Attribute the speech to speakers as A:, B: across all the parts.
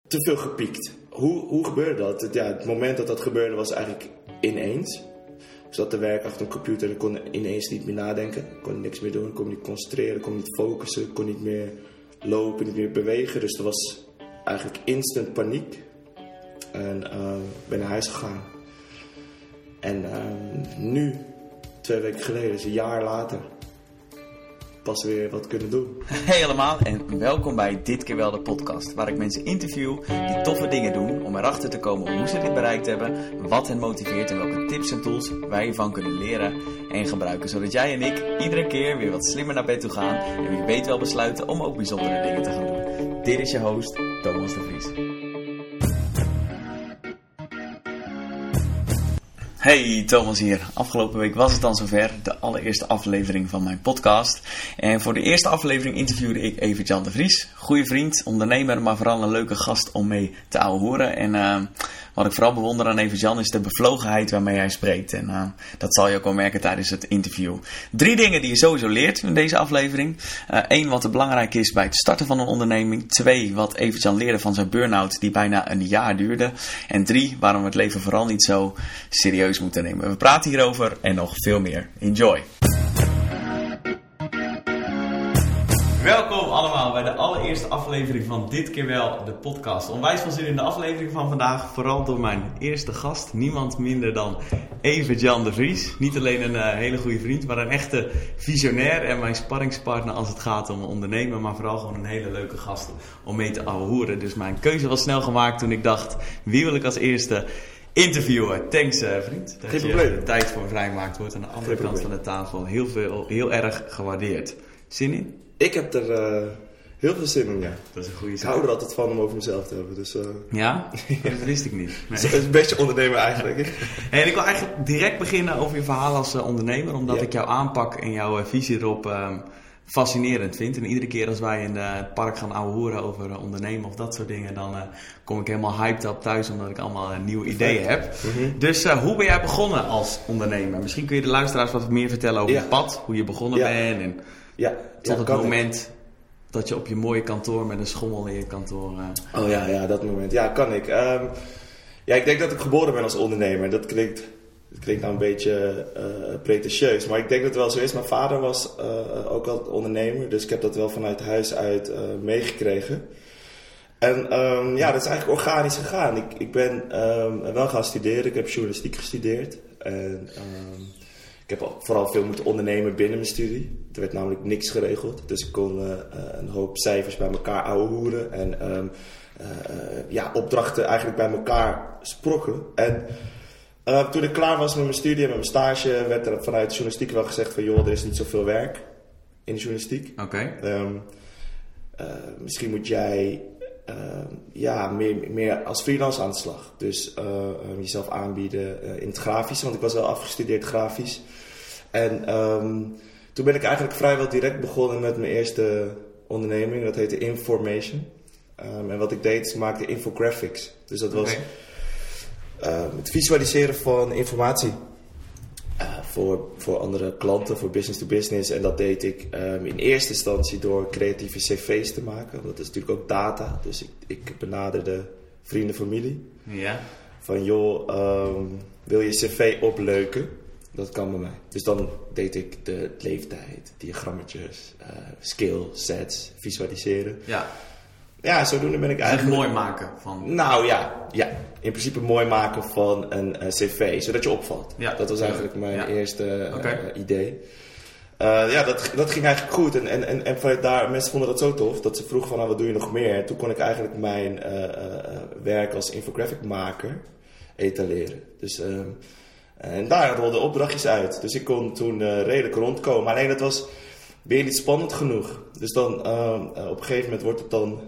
A: te veel gepiekt. Hoe gebeurde dat? Het moment dat gebeurde was eigenlijk ineens. Ik zat te werken achter een computer en ik kon ineens niet meer nadenken. Ik kon niks meer doen, ik kon me niet concentreren, ik kon me niet focussen, ik kon niet meer lopen, niet meer bewegen. Dus er was eigenlijk instant paniek. En ben naar huis gegaan. En nu, 2 weken geleden, dus een jaar later, pas weer wat kunnen doen.
B: Hey allemaal en welkom bij Dit keer wel de podcast, waar ik mensen interview die toffe dingen doen om erachter te komen hoe ze dit bereikt hebben, wat hen motiveert en welke tips en tools wij hiervan kunnen leren en gebruiken, zodat jij en ik iedere keer weer wat slimmer naar bed toe gaan en wie weet wel besluiten om ook bijzondere dingen te gaan doen. Dit is je host, Thomas de Vries. Hey, Thomas hier. Afgelopen week was het dan zover, de allereerste aflevering van mijn podcast. En voor de eerste aflevering interviewde ik Evert-Jan de Vries. Goeie vriend, ondernemer, maar vooral een leuke gast om mee te ouwehoeren. En wat ik vooral bewonder aan Evert-Jan is de bevlogenheid waarmee hij spreekt. En dat zal je ook wel merken tijdens het interview. 3 dingen die je sowieso leert in deze aflevering. 1, wat er belangrijk is bij het starten van een onderneming. 2, wat Evert-Jan leerde van zijn burn-out die bijna een jaar duurde. En 3, waarom we het leven vooral niet zo serieus moeten nemen. We praten hierover en nog veel meer. Enjoy! Welkom allemaal bij de allereerste aflevering van Dit keer wel de podcast. Onwijs veel zin in de aflevering van vandaag. Vooral door mijn eerste gast. Niemand minder dan Evert-Jan de Vries. Niet alleen een hele goede vriend, maar een echte visionair. En mijn sparringspartner als het gaat om ondernemen. Maar vooral gewoon een hele leuke gast om mee te ouwehoeren. Dus mijn keuze was snel gemaakt toen ik dacht, wie wil ik als eerste interviewen? Thanks vriend. Dat je tijd voor vrijgemaakt wordt aan de andere kant van de tafel. Heel erg gewaardeerd. Zin in?
A: Ik heb er heel veel zin in, ja.
B: Dat is een goede zaak.
A: Ik hou er altijd van om over mezelf te hebben. Dus,
B: ja? Dat wist ik niet. Nee.
A: Het is een beetje ondernemer eigenlijk.
B: En ik wil eigenlijk direct beginnen over je verhaal als ondernemer. Omdat ik jouw aanpak en jouw visie erop fascinerend vind. En iedere keer als wij in het park gaan ouwehoeren over ondernemen of dat soort dingen, dan kom ik helemaal hyped op thuis omdat ik allemaal nieuwe ideeën heb. Mm-hmm. Dus hoe ben jij begonnen als ondernemer? Misschien kun je de luisteraars wat meer vertellen over het pad, hoe je begonnen bent en tot het moment dat je op je mooie kantoor met een schommel in je kantoor...
A: Oh ja, dat moment. Ja, kan ik. Ik denk dat ik geboren ben als ondernemer. Dat klinkt nou een beetje pretentieus, maar ik denk dat het wel zo is. Mijn vader was ook al ondernemer, dus ik heb dat wel vanuit huis uit meegekregen. En dat is eigenlijk organisch gegaan. Ik ben wel gaan studeren, ik heb journalistiek gestudeerd. En ik heb vooral veel moeten ondernemen binnen mijn studie. Er werd namelijk niks geregeld, dus ik kon een hoop cijfers bij elkaar ouwehoeren. En opdrachten eigenlijk bij elkaar sprokkelen. En toen ik klaar was met mijn studie en met mijn stage, werd er vanuit de journalistiek wel gezegd van, joh, er is niet zoveel werk in de journalistiek.
B: Oké.
A: Misschien moet jij meer als freelance aan de slag. Dus jezelf aanbieden in het grafische, want ik was wel afgestudeerd grafisch. En toen ben ik eigenlijk vrijwel direct begonnen met mijn eerste onderneming. Dat heette Information. En wat ik deed is, ik maakte infographics. Dus dat was het visualiseren van informatie voor andere klanten, voor business to business. En dat deed ik in eerste instantie door creatieve cv's te maken. Dat is natuurlijk ook data. Dus ik benaderde vrienden, familie.
B: Ja.
A: Van joh, wil je cv opleuken? Dat kan bij mij. Dus dan deed ik de leeftijd, diagrammetjes, skill sets, visualiseren.
B: Ja.
A: Ja, zodoende ben ik eigenlijk...
B: mooi maken van...
A: Nou ja. In principe mooi maken van een cv, zodat je opvalt. Ja. Dat was eigenlijk mijn eerste idee. Dat ging eigenlijk goed. En vanuit daar, mensen vonden dat zo tof, dat ze vroegen van, wat doe je nog meer? En toen kon ik eigenlijk mijn werk als infographic maker etaleren. Dus... en daar rolden opdrachtjes uit. Dus ik kon toen redelijk rondkomen. Alleen dat was weer niet spannend genoeg. Dus dan op een gegeven moment wordt het dan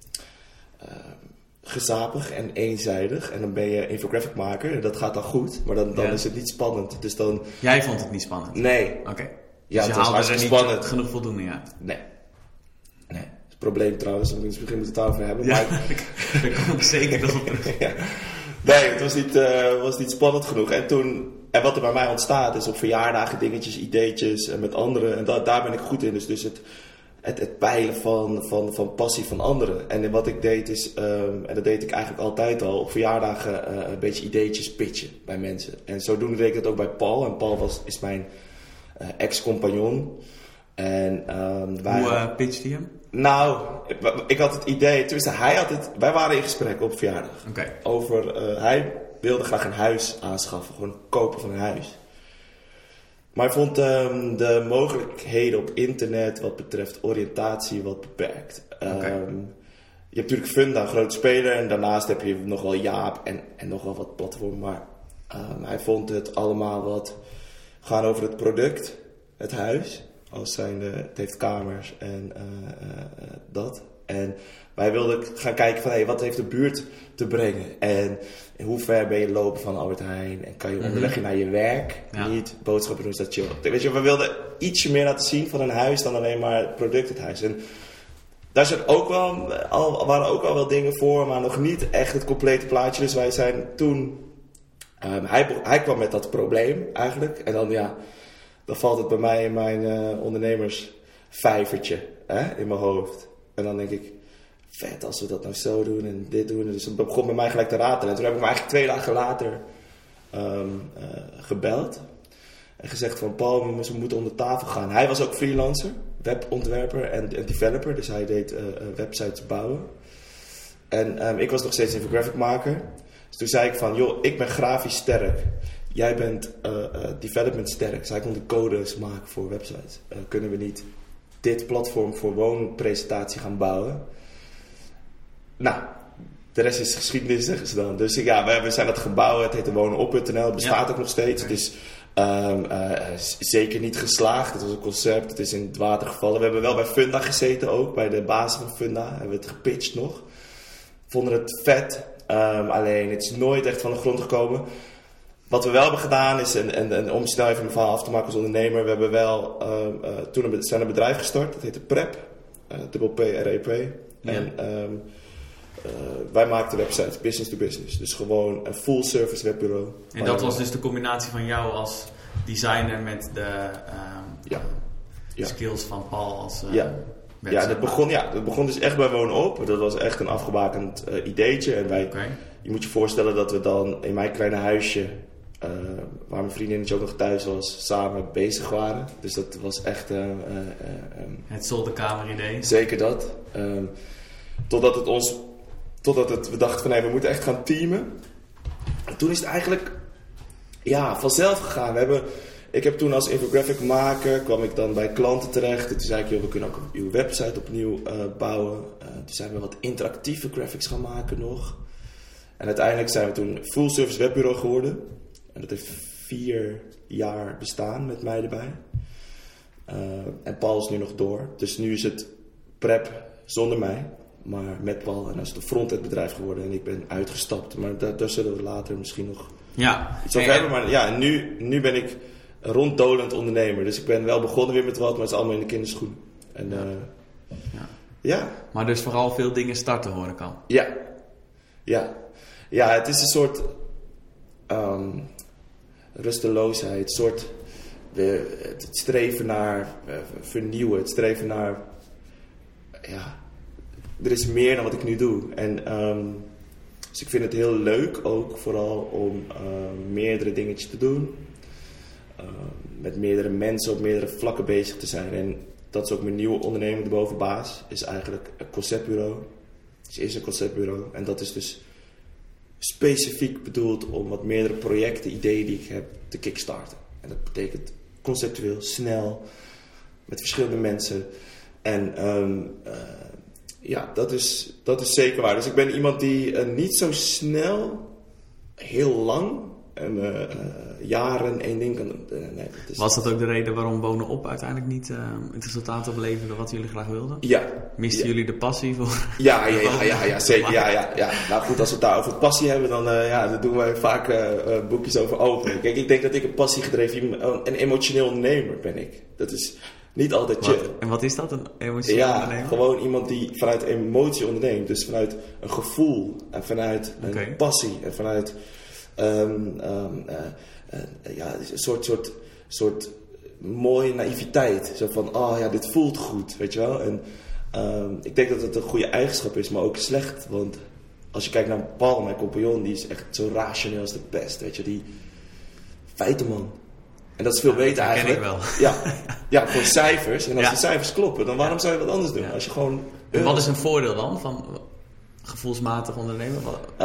A: gezapig en eenzijdig. En dan ben je infographic maker. En dat gaat dan goed. Maar dan is het niet spannend. Dus dan...
B: Jij vond het niet spannend?
A: Nee.
B: Oké.
A: Ja,
B: dus je haalde er niet genoeg voldoening uit?
A: Nee. Dat is het probleem trouwens. We misschien moeten het over hebben.
B: Ja, daar kom ik zeker nog op terug.
A: Ja. Nee, het was niet spannend genoeg. En wat er bij mij ontstaat is op verjaardagen dingetjes, ideetjes met anderen. En daar ben ik goed in. Dus het peilen van passie van anderen. En wat ik deed is, en dat deed ik eigenlijk altijd al, op verjaardagen een beetje ideetjes pitchen bij mensen. En zodoende deed ik dat ook bij Paul. En Paul is mijn ex-compagnon. En
B: hoe pitchte je hem?
A: Nou, ik had het idee, wij waren in gesprek op verjaardag.
B: Okay.
A: Hij wilde graag een huis aanschaffen, gewoon kopen van een huis. Maar hij vond de mogelijkheden op internet wat betreft oriëntatie wat beperkt.
B: Okay.
A: Je hebt natuurlijk Funda, een grote speler, en daarnaast heb je nog wel Jaap en nog wel wat platformen. Maar hij vond het allemaal wat gaan over het product, het huis. Het heeft kamers en dat. En wij wilden gaan kijken van wat heeft de buurt te brengen. En hoe ver ben je lopen van Albert Heijn. En kan je onderweg naar je werk. Ja. Niet boodschappen doen, dat je... Weet je, we wilden ietsje meer laten zien van een huis dan alleen maar het product, het huis. En daar waren ook al wel dingen voor, maar nog niet echt het complete plaatje. Dus wij zijn toen... Hij kwam met dat probleem eigenlijk. En dan valt het bij mij in mijn ondernemersvijvertje in mijn hoofd. En dan denk ik, vet als we dat nou zo doen en dit doen. Dus het begon bij mij gelijk te ratelen. En toen heb ik me eigenlijk 2 dagen later gebeld. En gezegd van Paul, we moeten om de tafel gaan. Hij was ook freelancer, webontwerper en developer. Dus hij deed websites bouwen. En ik was nog steeds infographic maker. Dus toen zei ik van, joh, ik ben grafisch sterk. Jij bent development sterk. Dus hij kon de codes maken voor websites. Kunnen we niet dit platform voor woonpresentatie gaan bouwen? Nou, de rest is geschiedenis, zeggen ze dan. Dus we zijn dat gebouwen. Het heet wonenop.nl. Het bestaat ook nog steeds. Okay. Het is zeker niet geslaagd. Het was een concept. Het is in het water gevallen. We hebben wel bij Funda gezeten ook. Bij de basis van Funda hebben we het gepitcht nog. Vonden het vet. Alleen het is nooit echt van de grond gekomen. Wat we wel hebben gedaan is, en om snel even mijn verhaal af te maken als ondernemer, we hebben wel toen een bedrijf gestart, dat heette Prep, PREP. Ja. En wij maakten websites, business to business, dus gewoon een full service webbureau.
B: En dat was dus de combinatie van jou als designer met de skills van Paul als
A: dat begon dus echt bij Wonen Op. Dat was echt een afgebakend ideetje. En je moet je voorstellen dat we dan in mijn kleine huisje, waar mijn vriendinnetje ook nog thuis was, samen bezig waren. Dus dat was echt...
B: het zolderkamer-idee.
A: Zeker dat. We dachten van we moeten echt gaan teamen. En toen is het eigenlijk vanzelf gegaan. Ik heb toen als infographic maker, kwam ik dan bij klanten terecht. En toen zei ik, we kunnen ook uw website opnieuw bouwen. Toen zijn we wat interactieve graphics gaan maken nog. En uiteindelijk zijn we toen full service webbureau geworden. En dat heeft 4 jaar bestaan met mij erbij. En Paul is nu nog door. Dus nu is het Prep zonder mij, maar met Paul. En dat is het een frontend bedrijf geworden. En ik ben uitgestapt. Maar daar zullen we later misschien nog iets over hebben. Maar nu ben ik ronddolend ondernemer. Dus ik ben wel begonnen weer met wat, maar het is allemaal in de kinderschoen. En,
B: Maar dus vooral veel dingen starten, hoor ik al.
A: Ja, het is een soort rusteloosheid. Een soort het streven naar vernieuwen. Het streven naar... er is meer dan wat ik nu doe. En dus ik vind het heel leuk ook vooral om meerdere dingetjes te doen. Met meerdere mensen op meerdere vlakken bezig te zijn. En dat is ook mijn nieuwe onderneming, de Bovenbaas. Is eigenlijk een conceptbureau. Het is een conceptbureau. En dat is dus specifiek bedoeld om wat meerdere projecten, ideeën die ik heb, te kickstarten. En dat betekent conceptueel, snel, met verschillende mensen. En dat is zeker waar. Dus ik ben iemand die niet zo snel, heel lang en jaren één ding kan doen.
B: Was dat ook de reden waarom Wonen Op uiteindelijk niet het resultaat opleverde wat jullie graag wilden?
A: Ja.
B: Misten jullie de passie voor?
A: Ja, zeker. Ja. Nou goed, als we het daar over passie hebben, dan doen wij vaak boekjes over open. Kijk, ik denk dat ik een passiegedreven, een emotioneel ondernemer ben ik. Dat is niet altijd chill.
B: En wat is dat, een emotioneel ondernemer?
A: Ja, gewoon iemand die vanuit emotie onderneemt. Dus vanuit een gevoel en vanuit een passie en vanuit een soort mooie naïviteit. Zo van, dit voelt goed, weet je wel. En ik denk dat het een goede eigenschap is, maar ook slecht. Want als je kijkt naar Paul, mijn compagnon, die is echt zo rationeel als de pest, weet je. Die feiten, man. En dat is veel beter eigenlijk.
B: Dat ken ik wel.
A: Ja, voor cijfers. En als de cijfers kloppen, dan waarom zou je wat anders doen? Als je gewoon...
B: En wat is een voordeel dan van gevoelsmatig ondernemen?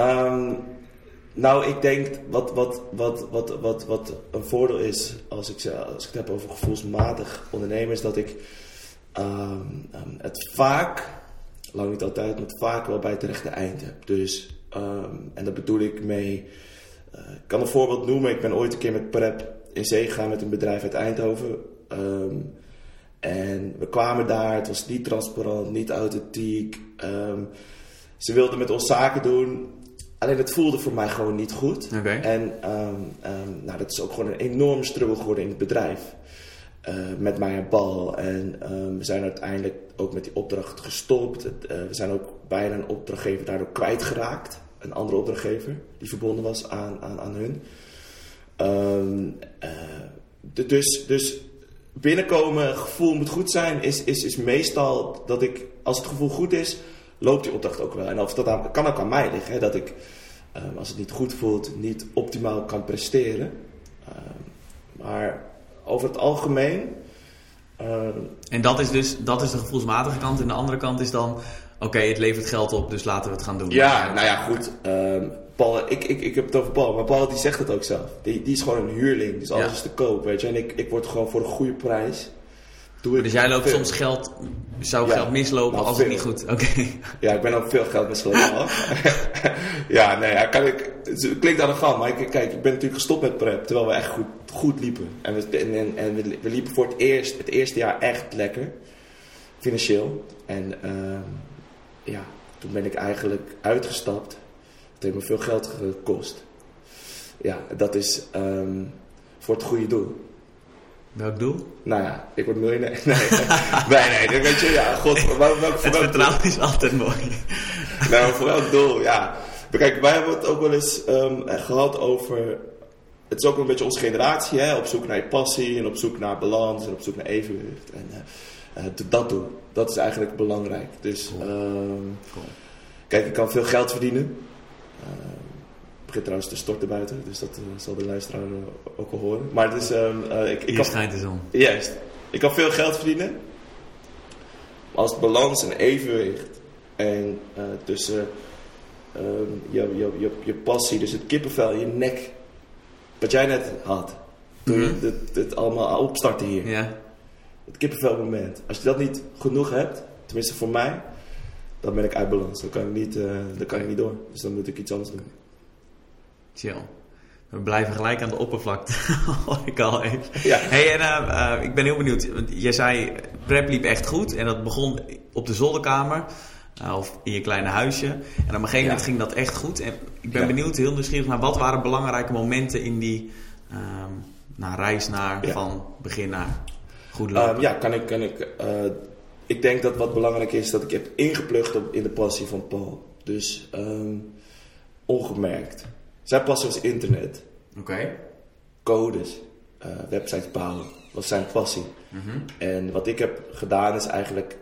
A: Nou, ik denk wat een voordeel is als ik het heb over gevoelsmatig ondernemen, is dat ik het vaak, lang niet altijd, maar vaak wel bij het rechte eind heb. Dus, en daar bedoel ik mee, ik kan een voorbeeld noemen. Ik ben ooit een keer met Prep in zee gegaan met een bedrijf uit Eindhoven. En we kwamen daar, het was niet transparant, niet authentiek. Ze wilden met ons zaken doen. Alleen het voelde voor mij gewoon niet goed.
B: Okay.
A: En dat is ook gewoon een enorme struggle geworden in het bedrijf. Met mij en Paul. En we zijn uiteindelijk ook met die opdracht gestopt. We zijn ook bijna een opdrachtgever daardoor kwijtgeraakt. Een andere opdrachtgever die verbonden was aan hun. Dus binnenkomen, gevoel moet goed zijn, is meestal dat ik, als het gevoel goed is, loopt die opdracht ook wel. En of dat kan ook aan mij liggen, hè, dat ik, als het niet goed voelt, niet optimaal kan presteren. Maar over het algemeen...
B: En dat is de gevoelsmatige kant. En de andere kant is dan, oké, het levert geld op, dus laten we het gaan doen.
A: Ja, nou ja, goed. Paul, ik heb het over Paul, maar Paul die zegt het ook zelf. Die is gewoon een huurling, dus alles is te koop, weet je. En ik word gewoon voor een goede prijs.
B: Dus jij loopt soms geld mislopen als het niet goed... Oké.
A: Ja, ik ben ook veel geld mislopen. Het klinkt arrogant, maar ik ben natuurlijk gestopt met Prep, terwijl we echt goed liepen. En we liepen voor het eerste jaar echt lekker, financieel. En toen ben ik eigenlijk uitgestapt. Het heeft me veel geld gekost. Ja, dat is voor het goede doel.
B: Welk doel?
A: Nou ja, ik word miljonair. Nee, weet je, ja, god.
B: Het vertrouwen is altijd mooi.
A: Nou, voor welk doel, ja. Kijk, wij hebben het ook wel eens gehad over... Het is ook een beetje onze generatie, hè. Op zoek naar je passie en op zoek naar balans en op zoek naar evenwicht. En dat doel, dat is eigenlijk belangrijk. Dus,
B: Cool.
A: Kijk, ik kan veel geld verdienen. Het begint trouwens te storten buiten, dus dat zal de luisteraar ook wel horen. Maar het is...
B: Hier schijnt de zon.
A: Juist. Ik kan veel geld verdienen. Maar als balans en evenwicht en tussen je passie, dus het kippenvel in je nek, wat jij net had, toen je het allemaal opstartte hier.
B: Ja.
A: Het kippenvelmoment. Als je dat niet genoeg hebt, tenminste voor mij, dan ben ik uit balans. Dan kan ik niet door. Dus dan moet ik iets anders doen.
B: Chill. We blijven gelijk aan de oppervlakte. Hoor ik al even.
A: Ja.
B: Hey, en ik ben heel benieuwd. Want je zei, Prep liep echt goed. En dat begon op de zolderkamer. Of in je kleine huisje. En op een gegeven moment ging dat echt goed. En ik ben benieuwd, heel nieuwsgierig naar wat waren belangrijke momenten in die reis naar van begin naar goed lopen.
A: Kan ik. Ik denk dat wat belangrijk is, dat ik heb ingeplucht in de passie van Paul. Dus ongemerkt. Zijn passie was internet.
B: Oké.
A: Codes. Websites bouwen. Was zijn passie.
B: Mm-hmm.
A: En wat ik heb gedaan is eigenlijk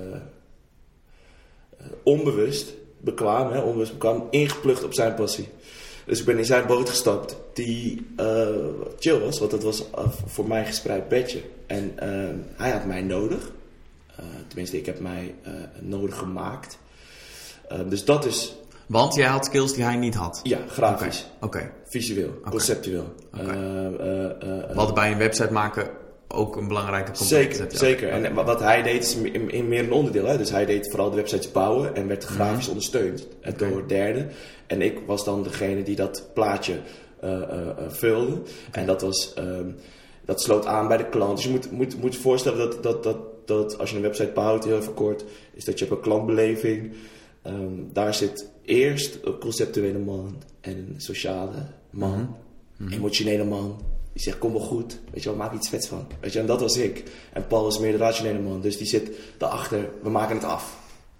A: onbewust bekwaam, ingeplucht op zijn passie. Dus ik ben in zijn boot gestapt die chill was, want dat was voor mij gespreid bedje. En hij had mij nodig. Tenminste, ik heb mij nodig gemaakt. Dus dat is...
B: Want jij had skills die hij niet had?
A: Ja, grafisch.
B: Oké.
A: Visueel, conceptueel.
B: Wat bij een website maken ook een belangrijke component is.
A: Zeker. En wat hij deed is in meer een onderdeel. Hè? Dus hij deed vooral de websites bouwen en werd grafisch ondersteund door derden. En ik was dan degene die dat plaatje vulde. En dat sloot aan bij de klant. Dus je moet je voorstellen dat als je een website bouwt, heel even kort, is dat je hebt een klantbeleving. Daar zit eerst een conceptuele man en een sociale man, emotionele man. Die zegt, kom wel goed, weet je wel, maak iets vets van. Weet je, en dat was ik. En Paul is meer de rationele man, dus die zit daarachter, we maken het af.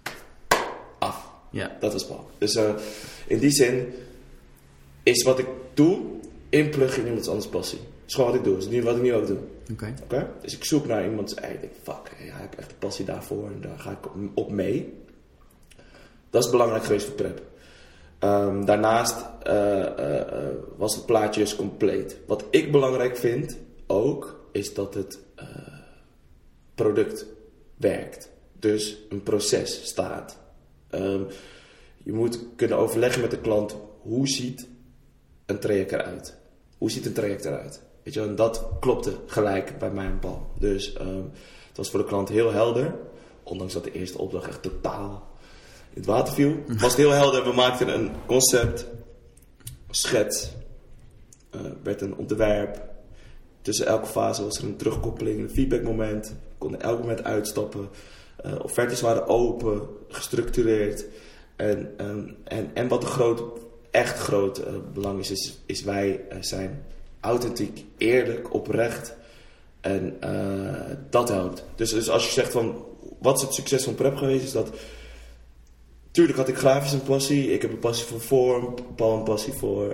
B: Ja.
A: Dat was Paul. Dus in die zin is wat ik doe, inpluggen in iemands anders passie. is gewoon wat ik doe. Dat is wat ik nu ook doe.
B: Oké.
A: Dus ik zoek naar iemand en ik denk, fuck, hij heeft echt een passie daarvoor en daar ga ik op mee. Dat is belangrijk geweest voor prep. Daarnaast was het plaatje dus compleet. Wat ik belangrijk vind ook, is dat het product werkt. Dus een proces staat. Je moet kunnen overleggen met de klant, hoe ziet een traject eruit? Hoe ziet een traject eruit? Weet je, en dat klopte gelijk bij mij en Paul. Dus het was voor de klant heel helder. Ondanks dat de eerste opdracht echt totaal in het water viel. Was het heel helder. We maakten een concept, een schets, werd een ontwerp. Tussen elke fase was er een terugkoppeling, een feedbackmoment. We konden elk moment uitstappen. Offertes waren open, gestructureerd. En wat echt groot belang is wij zijn authentiek, eerlijk, oprecht. En dat helpt. Dus als je zegt van, wat is het succes van prep geweest, is dat... Tuurlijk had ik grafisch een passie. Ik heb een passie voor vorm. Paul een passie voor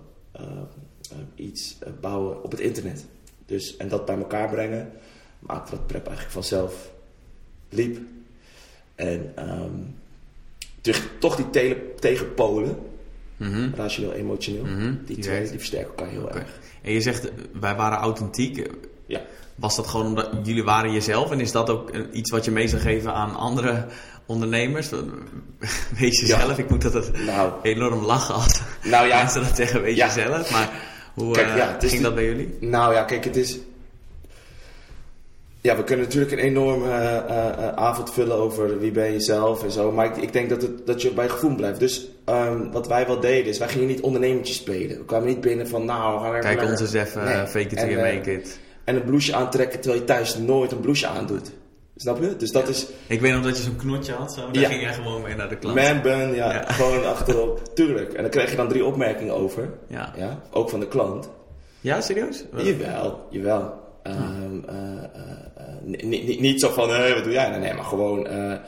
A: iets bouwen op het internet. Dus, en dat bij elkaar brengen, maakte dat prep eigenlijk vanzelf liep. En toch die tegenpolen, rationeel, emotioneel, die twee die versterken elkaar heel erg.
B: En je zegt, wij waren authentiek.
A: Ja.
B: Was dat gewoon omdat jullie waren jezelf? En is dat ook iets wat je mee zou geven aan andere ondernemers? Wees jezelf. Ik moet dat enorm lachen als mensen dat zeggen, wees jezelf. Maar hoe ging dat bij jullie?
A: Nou ja, kijk, het is... Ja, we kunnen natuurlijk een enorme avond vullen over wie ben je zelf en zo. Maar ik denk dat je bij gevoel blijft. Dus wat wij wel deden is, wij gingen niet ondernemertjes spelen. We kwamen niet binnen van,
B: kijk ons eens even, fake it till you make it.
A: En een blouseje aantrekken terwijl je thuis nooit een blouseje aandoet. Snap je? Dus dat is...
B: Ik weet nog dat je zo'n knotje had, zo. Daar ging jij gewoon mee naar de klant.
A: Man bun, gewoon achterop. Tuurlijk. En dan kreeg je dan 3 opmerkingen over. Ja. Ook van de klant.
B: Ja, serieus?
A: Jawel. Niet zo van, wat doe jij? Nee, maar gewoon...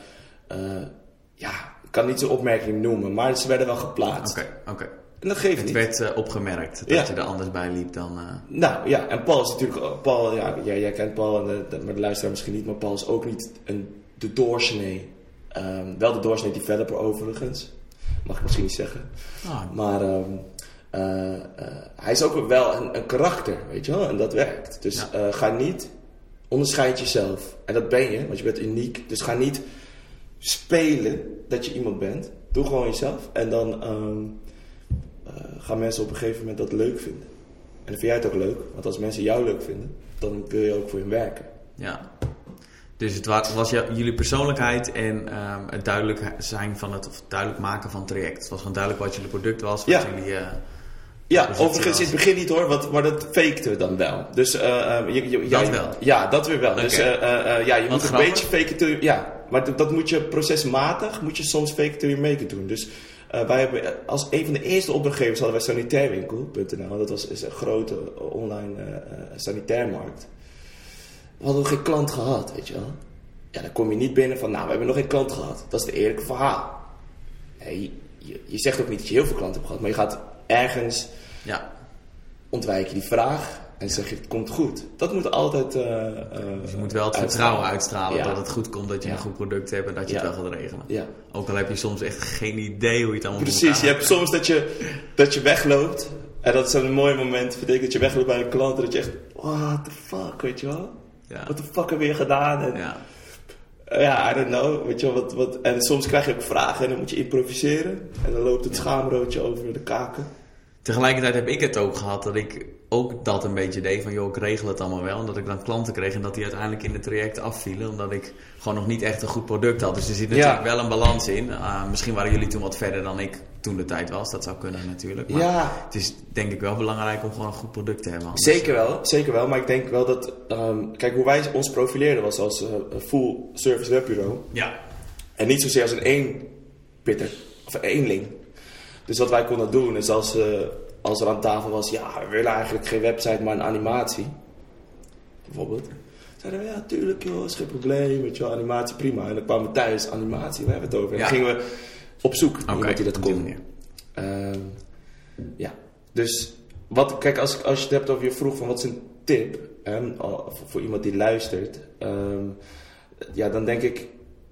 A: ik kan niet zo'n opmerking noemen, maar ze werden wel geplaatst.
B: Oké.
A: En dat geeft niet.
B: Het werd opgemerkt dat je er anders bij liep dan...
A: Nou ja, en Paul is natuurlijk... Paul, jij kent Paul, maar de luisteraar misschien niet, maar Paul is ook niet de doorsnee. Wel de doorsnee developer overigens. Mag ik misschien niet zeggen. Maar hij is ook wel een karakter, weet je wel. En dat werkt. Dus ga niet... Onderscheid jezelf. En dat ben je, want je bent uniek. Dus ga niet spelen dat je iemand bent. Doe gewoon jezelf. En dan gaan mensen op een gegeven moment dat leuk vinden. En dan vind jij het ook leuk. Want als mensen jou leuk vinden, dan wil je ook voor hen werken.
B: Ja. Dus het was jullie persoonlijkheid en het duidelijk zijn van het, of duidelijk maken van het traject. Het was gewoon duidelijk wat jullie product was. Wat jullie...
A: overigens in het begin niet hoor, maar dat fakten we dan wel. Dus,
B: dat wel?
A: Ja, dat weer wel. Okay. Dus je moet een beetje faken till maar dat moet je procesmatig, moet je soms faken till you make it doen. Dus wij hebben als een van de eerste opdrachtgevers hadden wij sanitairwinkel.nl. Dat is een grote online sanitairmarkt. We hadden nog geen klant gehad, weet je wel. Ja, dan kom je niet binnen van, we hebben nog geen klant gehad. Dat is het eerlijke verhaal. Nee, je zegt ook niet dat je heel veel klanten hebt gehad, maar je gaat ergens ontwijk je die vraag en zeg je het komt goed. Dat moet altijd
B: dus je moet wel het vertrouwen uitstralen dat het goed komt, dat je een goed product hebt en dat je het wel gaat regelen. Ja. Ook al heb je soms echt geen idee hoe je het allemaal moet.
A: Precies, je hebt soms dat je wegloopt en dat is zo'n mooi moment, vind ik, dat je wegloopt bij een klant en dat je echt, what the fuck, weet je wel? What the fuck heb je gedaan? En, I don't know, weet je wel, wat. En soms krijg je ook vragen en dan moet je improviseren en dan loopt het schaamroodje over de kaken.
B: Tegelijkertijd heb ik het ook gehad dat ik ook dat een beetje deed van ik regel het allemaal wel. En dat ik dan klanten kreeg en dat die uiteindelijk in het traject afvielen. Omdat ik gewoon nog niet echt een goed product had. Dus er zit natuurlijk wel een balans in. Misschien waren jullie toen wat verder dan ik toen de tijd was. Dat zou kunnen natuurlijk. Maar het is denk ik wel belangrijk om gewoon een goed product te hebben.
A: Zeker wel. Maar ik denk wel dat... kijk, hoe wij ons profileerden was als full service webbureau. Ja. En niet zozeer als een eenpitter of een eenling. Dus wat wij konden doen is als er aan tafel was... we willen eigenlijk geen website, maar een animatie. Bijvoorbeeld. Zeiden we, tuurlijk joh, is geen probleem. Weet je wel, animatie prima. En dan kwamen we thuis, animatie, waar hebben we het over? En dan gingen we op zoek naar iemand die dat kon. Dus Kijk, als je het hebt over je vroeg van wat is een tip voor iemand die luistert, dan denk ik,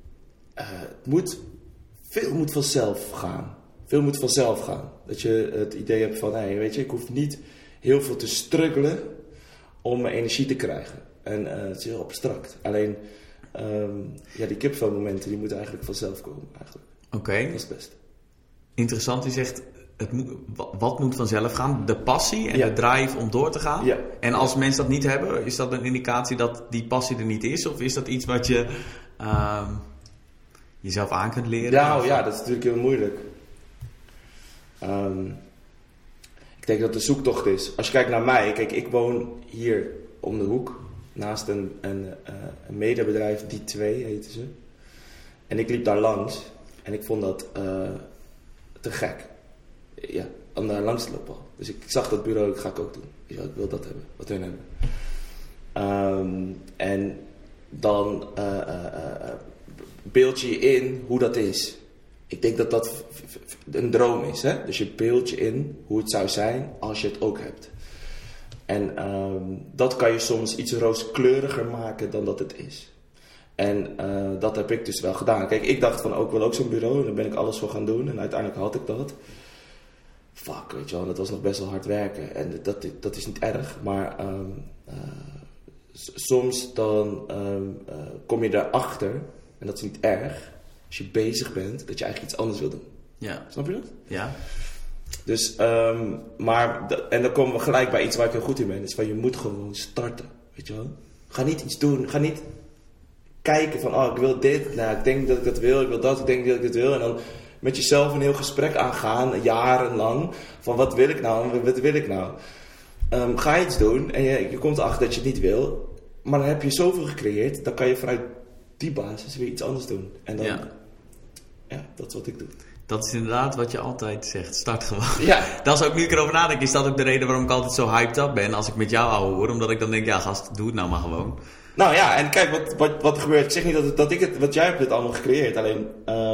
A: veel moet vanzelf gaan. Veel moet vanzelf gaan. Dat je het idee hebt van, weet je, ik hoef niet heel veel te struggelen om mijn energie te krijgen. En het is heel abstract. Alleen, die kipvelmomenten, die moeten eigenlijk vanzelf komen.
B: Oké.
A: Dat is het beste.
B: Interessant, je zegt, wat moet vanzelf gaan? De passie en de drive om door te gaan.
A: Ja.
B: En als mensen dat niet hebben, is dat een indicatie dat die passie er niet is? Of is dat iets wat je jezelf aan kunt leren?
A: Ja, dat is natuurlijk heel moeilijk. Ik denk dat de zoektocht is. Als je kijkt naar mij, ik woon hier om de hoek. Naast een medebedrijf, Die 2 heten ze. En ik liep daar langs. En ik vond dat te gek. Ja, om daar langs te lopen al. Dus ik zag dat bureau, dat ga ik ook doen. Ik wil dat hebben, wat hun hebben. En dan beeld je in hoe dat is. Ik denk dat dat een droom is. Hè? Dus je beeld je in hoe het zou zijn als je het ook hebt. En dat kan je soms iets rooskleuriger maken dan dat het is. En dat heb ik dus wel gedaan. Kijk, ik dacht van, ik wil ook zo'n bureau. En daar ben ik alles voor gaan doen. En uiteindelijk had ik dat. Fuck, weet je wel. Dat was nog best wel hard werken. En dat is niet erg. Maar soms dan kom je daarachter. En dat is niet erg. Als je bezig bent, dat je eigenlijk iets anders wil doen.
B: Ja.
A: Snap je dat?
B: Ja.
A: Dus, en dan komen we gelijk bij iets waar ik heel goed in ben. Is van, je moet gewoon starten. Weet je wel? Ga niet iets doen. Ga niet kijken van, ik wil dit. Nou, ik denk dat ik dat wil. Ik wil dat. Ik denk dat ik dit wil. En dan met jezelf een heel gesprek aangaan. Jarenlang. Van, wat wil ik nou? Wat wil ik nou? Ga iets doen. En je komt erachter dat je het niet wil. Maar dan heb je zoveel gecreëerd. Dan kan je vanuit die basis weer iets anders doen. En dan... Ja, dat is wat ik doe.
B: Dat is inderdaad wat je altijd zegt. Start gewoon.
A: Ja.
B: Dat is ook, nu ik erover nadenk, is dat ook de reden waarom ik altijd zo hyped up ben als ik met jou ouwe hoor. Omdat ik dan denk, gast, doe het nou maar gewoon.
A: Nou ja, en kijk wat er gebeurt. Ik zeg niet wat jij hebt dit allemaal gecreëerd. Alleen,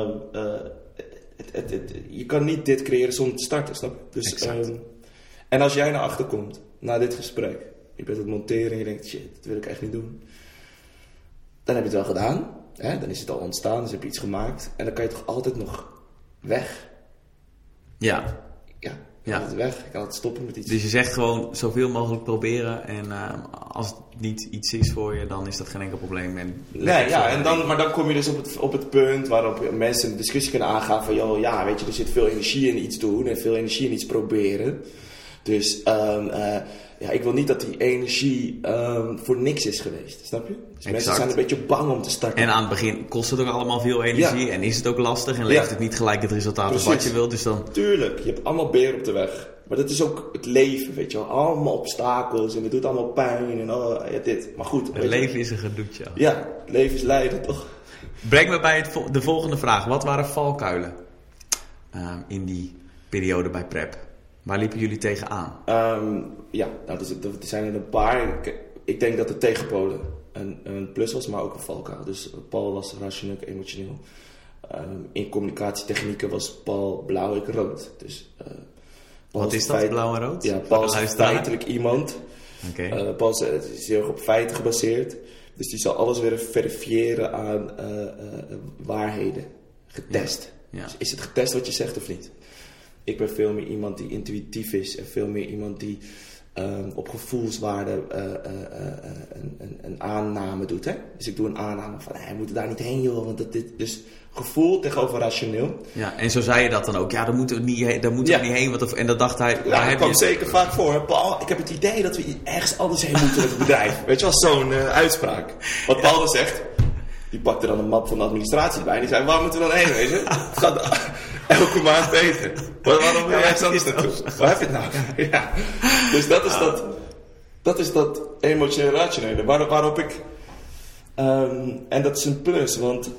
A: je kan niet dit creëren zonder te starten, snap je? Dus, en als jij naar achter komt, na dit gesprek, je bent het monteren en je denkt, shit, dat wil ik echt niet doen. Dan heb je het wel gedaan. Hè? Dan is het al ontstaan, dus heb je iets gemaakt. En dan kan je toch altijd nog weg.
B: Ja.
A: Ja, je kan het weg. Je kan het stoppen met iets.
B: Dus je zegt gewoon zoveel mogelijk proberen. En als het niet iets is voor je, dan is dat geen enkel probleem.
A: Maar dan kom je dus op het punt waarop mensen een discussie kunnen aangaan van... weet je, er zit veel energie in iets doen en veel energie in iets proberen. Dus ik wil niet dat die energie voor niks is geweest, snap je? Dus mensen zijn een beetje bang om te starten.
B: En aan het begin kost het ook allemaal veel energie en is het ook lastig en levert het niet gelijk het resultaat als wat je wilt. Dus dan...
A: Tuurlijk, je hebt allemaal beren op de weg. Maar dat is ook het leven, weet je wel. Allemaal obstakels en het doet allemaal pijn en dit. Maar goed.
B: Het leven is een gedoetje.
A: Ja, het leven is lijden, toch?
B: Breng me bij de volgende vraag. Wat waren valkuilen in die periode bij Prep? Waar liepen jullie tegenaan? Er zijn er een paar. Ik denk dat de tegenpolen een plus was, maar ook een valkuil. Dus Paul was rationeel, emotioneel. In communicatietechnieken was Paul blauw, ik rood. Dus, wat is dat, blauw en rood?
A: Ja, Paul is feitelijk iemand.
B: Okay.
A: Paul is heel erg op feiten gebaseerd. Dus die zal alles weer verifiëren aan waarheden. Getest.
B: Ja.
A: Dus is het getest wat je zegt of niet? Ik ben veel meer iemand die intuïtief is. En veel meer iemand die op gevoelswaarde een aanname doet. Hè? Dus ik doe een aanname van, we moeten daar niet heen joh. Want dus gevoel tegenover rationeel.
B: Ja, en zo zei je dat dan ook. Ja, daar moeten we niet heen. En dat dacht hij...
A: Ja, dat kwam zeker vaak voor. Paul, ik heb het idee dat we ergens anders heen moeten met het bedrijf. Weet je wel, zo'n uitspraak. Wat Paul dan zegt... Die pakte dan een map van de administratie bij. En die zei, waar moeten we dan heen, weet je? Het gaat elke maand beter. Waarom wil je ergens anders naartoe? Waar heb je het nou? Ja. Dus dat is dat emotioneel rationele. Waarop ik... en dat is een plus, want...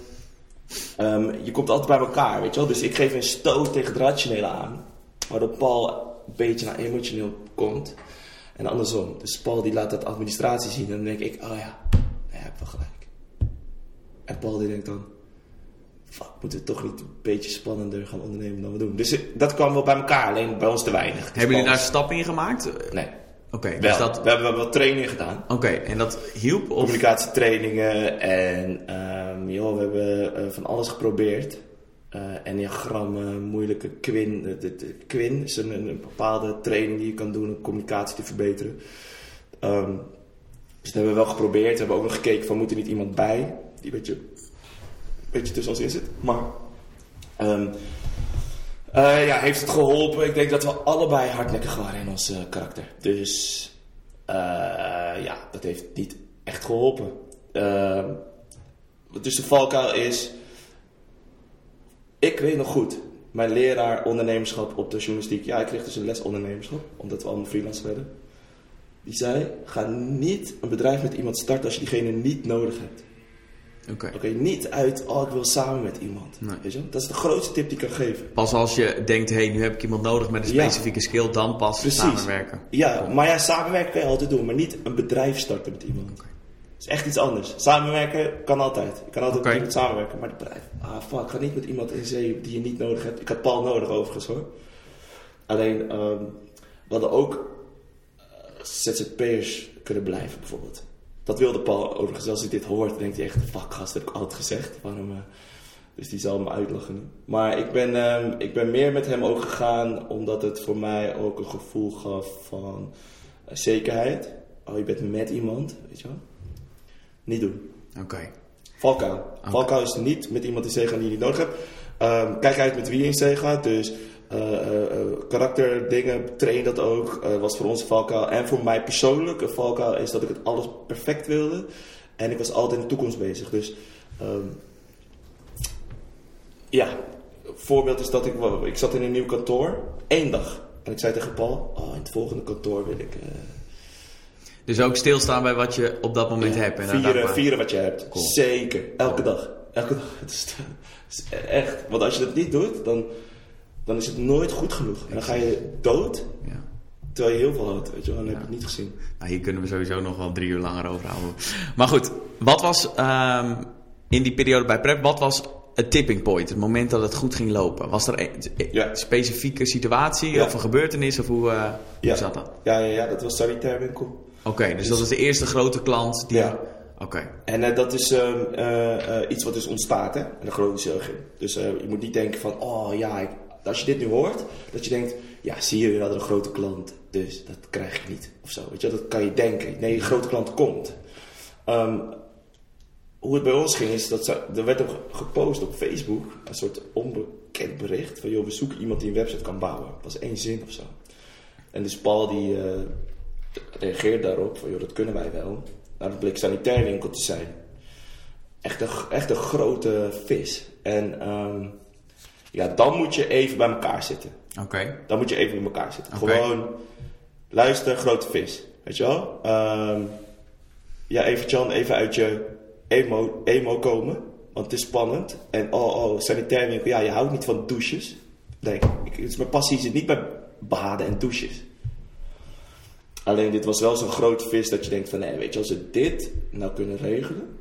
A: je komt altijd bij elkaar, weet je wel. Dus ik geef een stoot tegen het rationele aan. Waardoor Paul een beetje naar emotioneel komt. En andersom. Dus Paul die laat dat administratie zien. En dan denk ik, je hebt wel gelijk. En Paul die denkt dan... moeten we toch niet een beetje spannender gaan ondernemen dan we doen. Dus dat kwam wel bij elkaar, alleen bij ons te weinig. Dus
B: hebben jullie daar stappen in gemaakt?
A: Nee.
B: Oké,
A: dus we hebben wel trainingen gedaan.
B: Oké, en dat hielp? Of?
A: Communicatietrainingen en we hebben van alles geprobeerd. Enneagrammen, moeilijke Quinn. De Quinn is een bepaalde training die je kan doen om communicatie te verbeteren. Dus dat hebben we wel geprobeerd. We hebben ook nog gekeken van, moet er niet iemand bij die een beetje tussen ons in zit. Maar heeft het geholpen? Ik denk dat we allebei hardnekkig waren in ons karakter. Dus dat heeft niet echt geholpen. Dus de valkuil is... Ik weet nog goed, mijn leraar ondernemerschap op de journalistiek... Ja, ik kreeg dus een les ondernemerschap, omdat we allemaal freelance werden. Die zei, ga niet een bedrijf met iemand starten als je diegene niet nodig hebt. Oké, niet uit, ik wil samen met iemand. Nee. Weet je? Dat is de grootste tip die ik kan geven.
B: Pas als je denkt, nu heb ik iemand nodig met een specifieke skill, dan pas samenwerken.
A: Ja, maar samenwerken kan je altijd doen, maar niet een bedrijf starten met iemand. Okay. Dat is echt iets anders. Samenwerken kan altijd. Je kan altijd met iemand samenwerken, maar het bedrijf... ga niet met iemand in zee die je niet nodig hebt. Ik had Paul nodig overigens hoor. Alleen, we hadden ook ZZP'ers kunnen blijven bijvoorbeeld. Dat wilde Paul overigens. Als hij dit hoort, denkt hij echt... Fuck gast, dat heb ik altijd gezegd. Waarom? Dus die zal me uitlachen nu. Maar ik ben meer met hem ook gegaan... omdat het voor mij ook een gevoel gaf van zekerheid. Je bent met iemand, weet je wel. Niet doen.
B: Oké.
A: Valkuil. Valkuil is niet met iemand in zee gaan die je niet nodig hebt. Kijk uit met wie je in zee gaat. Dus karakterdingen, train dat ook. Was voor ons een valkuil. En voor mij persoonlijk een valkuil is dat ik het alles perfect wilde. En ik was altijd in de toekomst bezig. Dus voorbeeld is dat ik zat in een nieuw kantoor. 1 dag. En ik zei tegen Paul, in het volgende kantoor wil ik...
B: Dus ook stilstaan bij wat je op dat moment hebt. En
A: vieren wat je hebt. Cool. Zeker. Elke dag. Het is echt. Want als je dat niet doet, dan is het nooit goed genoeg. En dan ga je dood. Ja. Terwijl je heel veel houdt. Weet je wel. Dan heb je het niet gezien.
B: Nou, hier kunnen we sowieso nog wel 3 uur langer over houden. Maar goed. Wat was in die periode bij Prep, wat was het tipping point? Het moment dat het goed ging lopen? Was er een specifieke situatie of een gebeurtenis? Of hoe zat dat?
A: Ja, dat was sanitair winkel.
B: Oké, dus dat is de eerste grote klant die...
A: Ja.
B: Oké.
A: En dat is iets wat dus ontstaat, hè? Een grote zorg. Dus je moet niet denken van... als je dit nu hoort, dat je denkt... Ja, zie je, we hadden een grote klant. Dus dat krijg ik niet. Of zo, weet je? Dat kan je denken. Nee, een grote klant komt. Hoe het bij ons ging is... er werd ook gepost op Facebook... een soort onbekend bericht... van we zoeken iemand die een website kan bouwen. Dat was 1 zin of zo. En dus Paul die... reageert daarop van, dat kunnen wij wel. Nou, dat bleek sanitair winkel te zijn. Echt een grote vis. En dan moet je even bij elkaar zitten.
B: Oké.
A: Dan moet je even bij elkaar zitten. Okay. Gewoon, luister, grote vis. Weet je wel? Evert-Jan, even uit je emo komen. Want het is spannend. En sanitair winkel, je houdt niet van douches. Nee, mijn passie zit niet bij baden en douches. Alleen dit was wel zo'n grote vis dat je denkt van... weet je, als we dit nou kunnen regelen...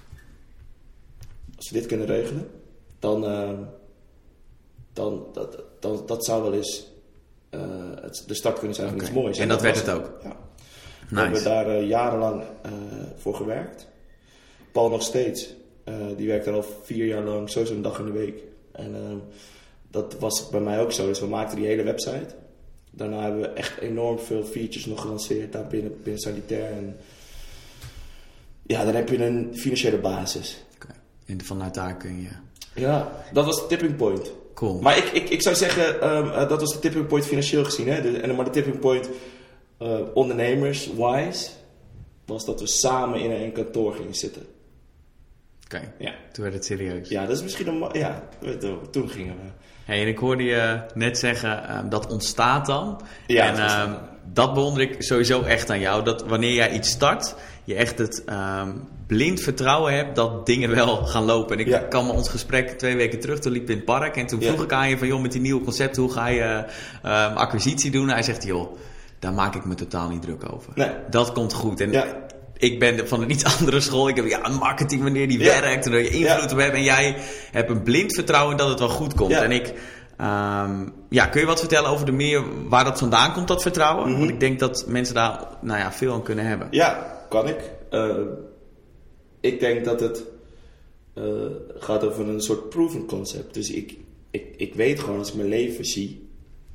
A: Dan dat zou wel eens de start kunnen zijn van iets moois.
B: En dat werd het ook?
A: Ja.
B: Nice.
A: We hebben daar jarenlang voor gewerkt. Paul nog steeds. Die werkt er al 4 jaar lang, sowieso een dag in de week. En dat was bij mij ook zo. Dus we maakten die hele website... Daarna hebben we echt enorm veel features nog gelanceerd daar binnen sanitair. En dan heb je een financiële basis.
B: Okay. En vanuit daar kun je...
A: Ja, dat was de tipping point.
B: Cool.
A: Maar ik zou zeggen, dat was de tipping point financieel gezien. Hè? Maar de tipping point ondernemers-wise was dat we samen in een kantoor gingen zitten.
B: Oké, toen werd het serieus.
A: Ja, dat is misschien toen gingen we...
B: Hey, en ik hoorde je net zeggen, dat ontstaat dan.
A: Ja,
B: en dat bewonder ik sowieso echt aan jou. Dat wanneer jij iets start, je echt het blind vertrouwen hebt dat dingen wel gaan lopen. En ik kan me ons gesprek 2 weken terug, toen liep ik in het park. En toen vroeg ik aan je van, met die nieuwe concept, hoe ga je acquisitie doen? En hij zegt, daar maak ik me totaal niet druk over.
A: Nee.
B: Dat komt goed. En ik ben van een iets andere school. Ik heb een marketingmanier die werkt en dat je invloed op hebt. En jij hebt een blind vertrouwen dat het wel goed komt. En ik... kun je wat vertellen over de manier waar dat vandaan komt, dat vertrouwen? Want ik denk dat mensen daar veel aan kunnen hebben.
A: Ja, kan ik. Ik denk dat het gaat over een soort proven concept. Dus ik weet gewoon als ik mijn leven zie,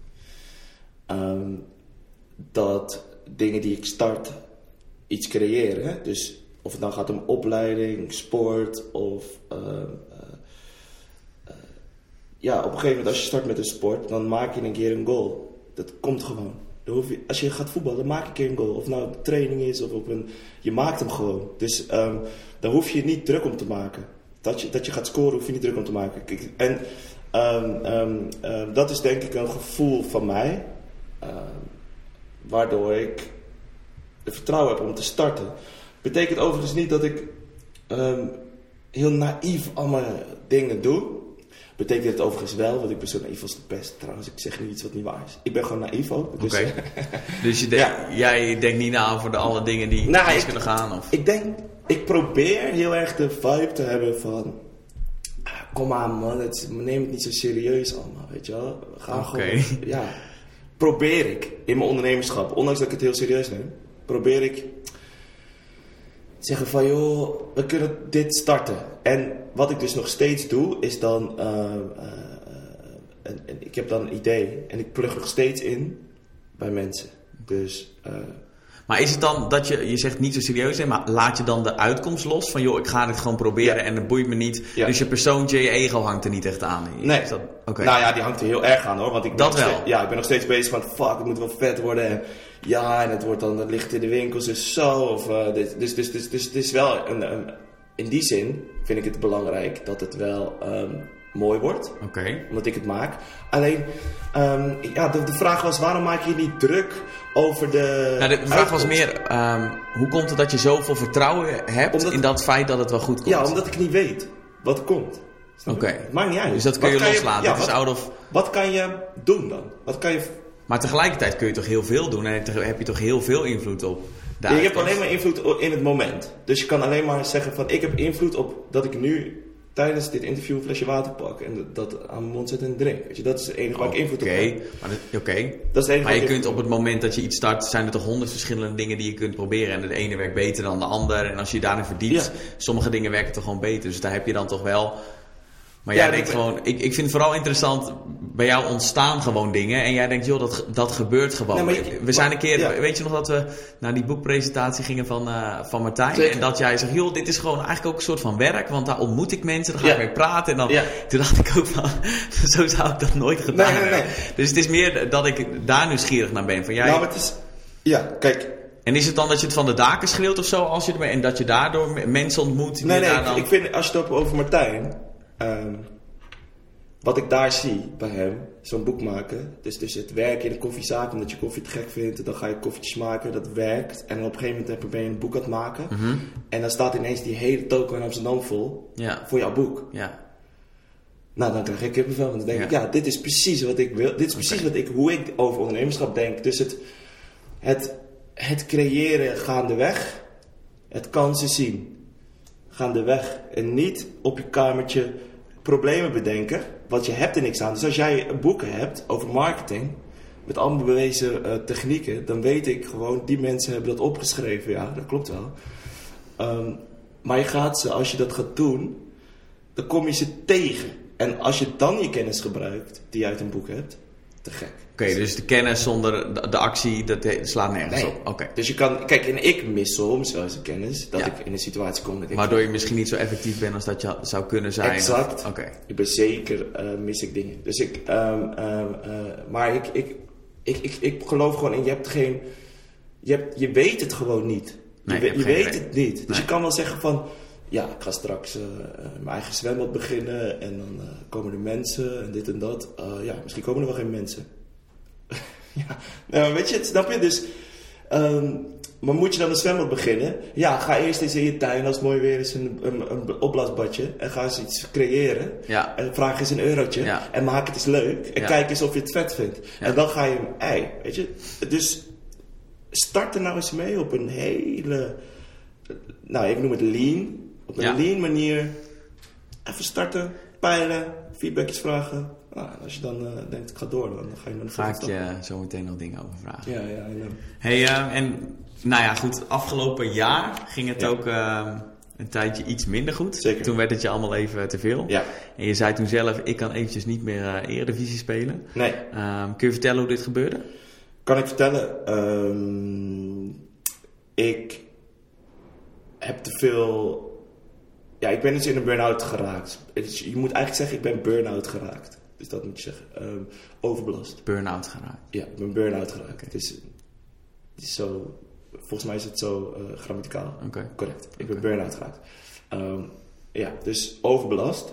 A: dat dingen die ik start iets creëren. Hè? Dus of het nou gaat om opleiding, sport of... op een gegeven moment als je start met een sport, dan maak je een keer een goal. Dat komt gewoon. Als je gaat voetballen, dan maak je een keer een goal. Of nou op training is of je maakt hem gewoon. Dus daar hoef je niet druk om te maken. Dat je gaat scoren, hoef je niet druk om te maken. En dat is denk ik een gevoel van mij, waardoor ik het vertrouwen heb om te starten. Betekent overigens niet dat ik heel naïef allemaal dingen doe. Betekent het overigens wel, want ik ben zo naïef als de pest. Trouwens, ik zeg nu iets wat niet waar is. Ik ben gewoon naïef ook. Dus,
B: dus jij denkt niet na over alle dingen die mis kunnen gaan? Of?
A: Ik probeer heel erg de vibe te hebben van... kom aan man, neem het niet zo serieus allemaal, weet je wel. Ga gewoon... Ja, probeer ik in mijn ondernemerschap, ondanks dat ik het heel serieus neem, probeer ik zeggen van joh, we kunnen dit starten. En wat ik dus nog steeds doe, is dan... ik heb dan een idee en ik plug nog steeds in bij mensen. Dus...
B: Maar is het dan dat je zegt niet zo serieus zijn, maar laat je dan de uitkomst los? Van joh, ik ga dit gewoon proberen en dat boeit me niet. Ja. Dus je persoontje, je ego hangt er niet echt aan.
A: Nee, nou ja, die hangt er heel erg aan hoor. Want ik ben ik ben nog steeds bezig van fuck, het moet wel vet worden. En het wordt dan licht in de winkels dus zo. Dus het is wel in die zin vind ik het belangrijk dat het wel... mooi wordt, omdat ik het maak. Alleen, de vraag was, waarom maak je niet druk over de...
B: Nou, de vraag was meer, hoe komt het dat je zoveel vertrouwen hebt in dat feit dat het wel goed komt?
A: Ja, omdat ik niet weet wat er komt. Het maakt niet uit.
B: Dus dat kun je loslaten.
A: Wat kan je doen dan?
B: Maar tegelijkertijd kun je toch heel veel doen en heb je toch heel veel invloed op de uitkomst?
A: Je hebt alleen maar invloed in het moment. Dus je kan alleen maar zeggen van, ik heb invloed op dat ik nu... tijdens dit interview een flesje water pak en dat aan mijn mond zet en drink. Weet je, dat is het enige waar ik invloed op heb. Maar
B: je kunt op het moment dat je iets start, zijn er toch 100 verschillende dingen die je kunt proberen. En de ene werkt beter dan de ander. En als je je daarin verdiept, sommige dingen werken toch gewoon beter. Dus daar heb je dan toch wel... Maar jij denkt gewoon... Ik vind het vooral interessant... Bij jou ontstaan gewoon dingen. En jij denkt, joh, dat gebeurt gewoon. We zijn een keer... Ja. Weet je nog dat we naar die boekpresentatie gingen van Martijn? Zeker. En dat jij zegt, joh, dit is gewoon eigenlijk ook een soort van werk. Want daar ontmoet ik mensen. Dan ga ik mee praten. En dan, toen dacht ik ook van... Zo zou ik dat nooit gedaan hebben. Nee. Dus het is meer dat ik daar nieuwsgierig naar ben. Van jij...
A: Nou, het is... Ja, kijk...
B: En is het dan dat je het van de daken schreeuwt of zo? Als je en dat je daardoor mensen ontmoet?
A: Ik vind, als je het over Martijn... wat ik daar zie bij hem, zo'n boek maken, dus het werken in de koffiezaak, omdat je koffie te gek vindt, dan ga je koffietjes maken, dat werkt. En op een gegeven moment ben je een boek aan het maken. Mm-hmm. En dan staat ineens die hele toko in Amsterdam vol voor jouw boek. Ja. Nou, dan krijg ik kippenvel, want dan denk ik, dit is precies wat ik wil. Dit is precies hoe ik over ondernemerschap denk. Dus het creëren gaandeweg, het kansen zien gaandeweg en niet op je kamertje problemen bedenken, want je hebt er niks aan. Dus als jij boeken hebt over marketing, met allemaal bewezen technieken, dan weet ik gewoon, die mensen hebben dat opgeschreven. Ja, dat klopt wel. Maar als je dat gaat doen, dan kom je ze tegen. En als je dan je kennis gebruikt, die je uit een boek hebt, te gek.
B: Oké, dus de kennis zonder de actie, dat slaat nergens op. Okay.
A: Dus je kan... Kijk, en ik mis soms wel eens de kennis dat ik in een situatie kom...
B: Waardoor je misschien niet zo effectief bent als dat je zou kunnen zijn.
A: Exact. Ik ben zeker, mis ik dingen. Dus maar ik geloof gewoon in, je weet het gewoon niet. Je weet het niet. Dus je kan wel zeggen van... Ja, ik ga straks mijn eigen zwembad beginnen en dan komen er mensen en dit en dat. Misschien komen er wel geen mensen. Weet je, snap je? Dus, maar moet je dan een zwembad beginnen? Ja, ga eerst eens in je tuin als het mooi weer is een opblaasbadje en ga eens iets creëren. Ja. En vraag eens €1 en maak het eens leuk en kijk eens of je het vet vindt. Ja. En dan ga je weet je. Dus start er nou eens mee op een hele ik noem het lean. Op een lean manier even starten, peilen, feedbackjes vragen. Als je dan denkt, ik ga door, dan ga je naar de
B: Ga
A: volgende
B: ik je zo meteen nog dingen over vragen.
A: Ja, I know.
B: Hey, en nou ja, goed, afgelopen jaar ging het ook een tijdje iets minder goed.
A: Zeker.
B: Toen werd het je allemaal even te veel.
A: Ja.
B: En je zei toen zelf, ik kan eventjes niet meer Eredivisie spelen.
A: Nee.
B: Kun je vertellen hoe dit gebeurde?
A: Kan ik vertellen? Ik heb te veel... Ja, ik ben dus in een burn-out geraakt. Je moet eigenlijk zeggen, ik ben burn-out geraakt. Dus dat moet je zeggen. Overbelast.
B: Burn-out geraakt?
A: Ja, ik ben burn-out geraakt. Okay. Het is zo... Volgens mij is het zo grammaticaal.
B: Okay.
A: Correct. Ik ben burn-out geraakt. Dus overbelast.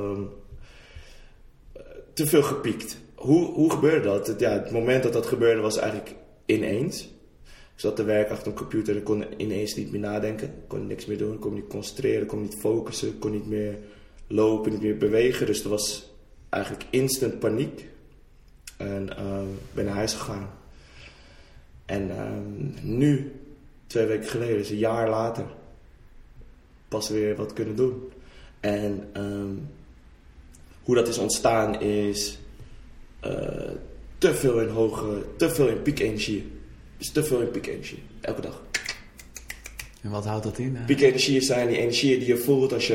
A: Te veel gepiekt. Hoe gebeurde dat? Het moment dat gebeurde was eigenlijk ineens. Ik zat te werken achter een computer en ik kon ineens niet meer nadenken. Ik kon niks meer doen. Ik kon me niet concentreren. Ik kon me niet focussen. Ik kon niet meer lopen, niet meer bewegen. Dus er was eigenlijk instant paniek. En ben naar huis gegaan. En nu, 2 weken geleden, dus een jaar later, pas weer wat kunnen doen. En hoe dat is ontstaan is te veel in piekenergie. Dus te veel in piekenergie, elke dag.
B: En wat houdt dat in?
A: Piekenergieën zijn die energieën die je voelt als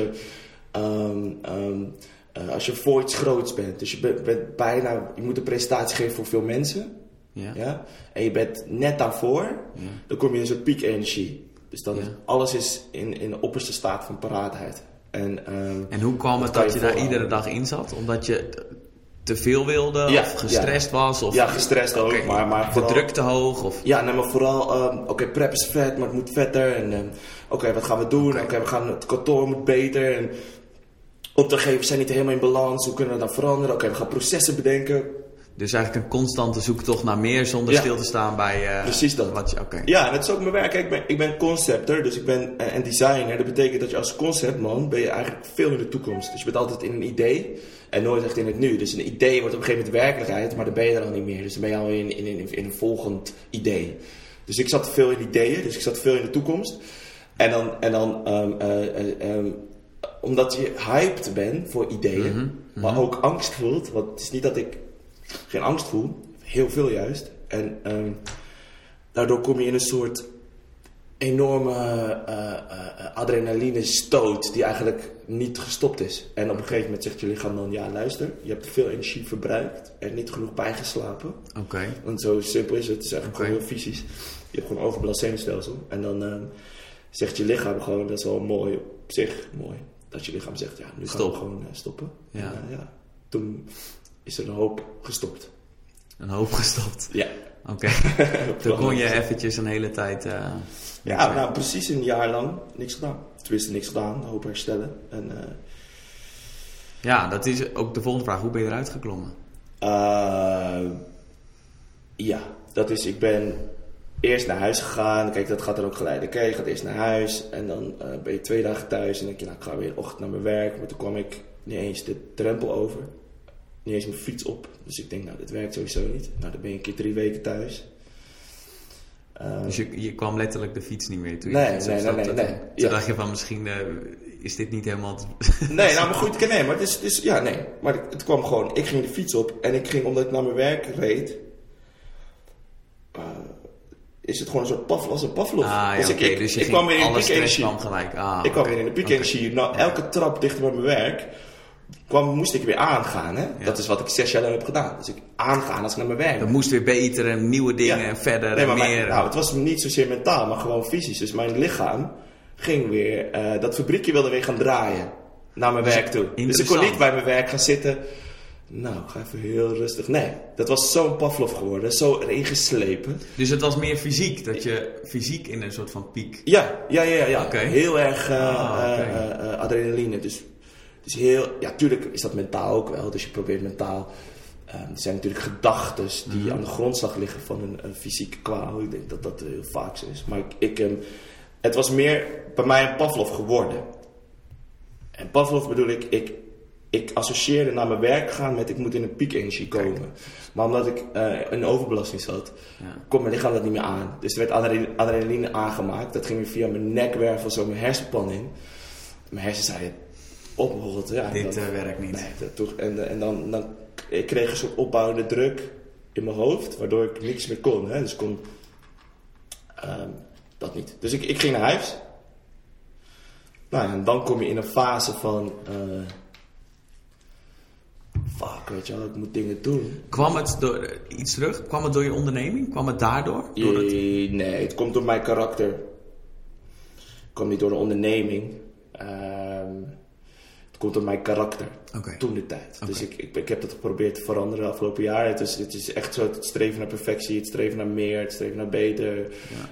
A: je voor iets groots bent. Dus je moet een presentatie geven voor veel mensen. Ja? En je bent net daarvoor, dan kom je in zo'n piekenergie. Dus dan is alles in de opperste staat van paraatheid.
B: En hoe kwam het dat je daar iedere dag in zat? Omdat je te veel wilde of gestrest was? Of,
A: gestrest ook. Maar
B: de druk te hoog? Of?
A: Ja, nee, maar vooral, prep is vet, maar het moet vetter. En wat gaan we doen? Het kantoor moet beter. En opdrachtgevers zijn niet helemaal in balans. Hoe kunnen we dat veranderen? We gaan processen bedenken.
B: Dus eigenlijk een constante zoektocht naar meer zonder stil te staan bij...
A: precies dat. Ja, en dat is ook mijn werk. Ik ben concepter, dus ik ben een designer. Dat betekent dat je als conceptman ben je eigenlijk veel in de toekomst. Dus je bent altijd in een idee en nooit echt in het nu. Dus een idee wordt op een gegeven moment werkelijkheid, maar dan ben je er al niet meer. Dus dan ben je al in een volgend idee. Dus ik zat veel in ideeën, dus ik zat veel in de toekomst. En dan omdat je hyped bent voor ideeën, maar ook angst voelt. Want het is niet dat ik geen angst voel, heel veel juist. En daardoor kom je in een soort enorme adrenaline stoot die eigenlijk niet gestopt is. En op een gegeven moment zegt je lichaam dan, ja luister, je hebt te veel energie verbruikt en niet genoeg bijgeslapen.
B: Okay.
A: Want zo simpel is het. Het is eigenlijk gewoon heel fysisch. Je hebt gewoon overbelast zenuwstelsel. En dan zegt je lichaam gewoon, dat is wel mooi op zich, mooi. Dat je lichaam zegt, ja nu gaan we gewoon stoppen.
B: Ja.
A: En, toen is er een hoop gestopt.
B: Een hoop gestopt?
A: Ja.
B: Oké. Toen kon je eventjes een hele tijd...
A: precies een jaar lang niks gedaan. Tenminste, niks gedaan. Een hoop herstellen. En,
B: ja, dat is ook de volgende vraag. Hoe ben je eruit geklommen?
A: Ik ben eerst naar huis gegaan. Kijk, dat gaat er ook geleiden. Oké, je gaat eerst naar huis. En dan ben je 2 dagen thuis. En dan denk je, ik ga weer een ochtend naar mijn werk. Maar toen kwam ik niet eens de drempel over. Niet eens mijn fiets op. Dus ik denk, dit werkt sowieso niet. Nou, dan ben je een keer 3 weken thuis.
B: Dus je kwam letterlijk de fiets niet meer toe?
A: Nee.
B: Toen dacht je van, misschien is dit niet helemaal...
A: Nee, maar goed, nee. Maar Maar het kwam gewoon, ik ging de fiets op. En ik ging, omdat ik naar mijn werk reed... is het gewoon een soort Pavlov.
B: Dus je
A: ik kwam weer in
B: alle
A: de
B: stress kwam gelijk.
A: Ik kwam weer in de piekenergie. Nou, elke trap dichter bij mijn werk... moest ik weer aangaan. Hè? Ja. Dat is wat ik 6 jaar lang heb gedaan. Dus ik aangaan als ik naar mijn werk.
B: Dat moest weer beter en nieuwe dingen en verder en meer.
A: Het was niet zozeer mentaal, maar gewoon fysisch. Dus mijn lichaam ging weer... dat fabriekje wilde weer gaan draaien. Naar mijn werk toe. Dus ik kon niet bij mijn werk gaan zitten. Nou, ik ga even heel rustig. Nee, dat was zo'n Pavlov geworden. Zo ingeslepen.
B: Dus het was meer fysiek. Dat je fysiek in een soort van piek...
A: Ja.
B: Okay.
A: Heel erg adrenaline. Dus heel... Ja, tuurlijk is dat mentaal ook wel. Dus je probeert mentaal... er zijn natuurlijk gedachten die aan de grondslag liggen van een fysieke kwaal. Ik denk dat dat heel vaak zo is. Maar het was meer bij mij een Pavlov geworden. En Pavlov bedoel ik ik associeerde naar mijn werk gaan met ik moet in een piekenergie komen. Kijk. Maar omdat ik in overbelasting zat, kon mijn lichaam dat niet meer aan. Dus er werd adrenaline aangemaakt. Dat ging weer via mijn nekwervel zo mijn hersenpan in. Mijn hersens zeiden, opgerold. Ja,
B: dit werkt niet.
A: Nee, en dan ik kreeg een soort opbouwende druk in mijn hoofd, waardoor ik niks meer kon. Hè? Dus ik kon dat niet. Dus ik ging naar huis. Nou, en dan kom je in een fase van... fuck, weet je wel, ik moet dingen doen.
B: Kwam het door iets terug? Kwam het door je onderneming? Kwam het daardoor?
A: Nee, het komt door mijn karakter. Het kwam niet door de onderneming. Het komt door mijn karakter. Toen de tijd. Dus ik heb dat geprobeerd te veranderen de afgelopen jaar. Het is echt zo het streven naar perfectie, het streven naar meer, het streven naar beter.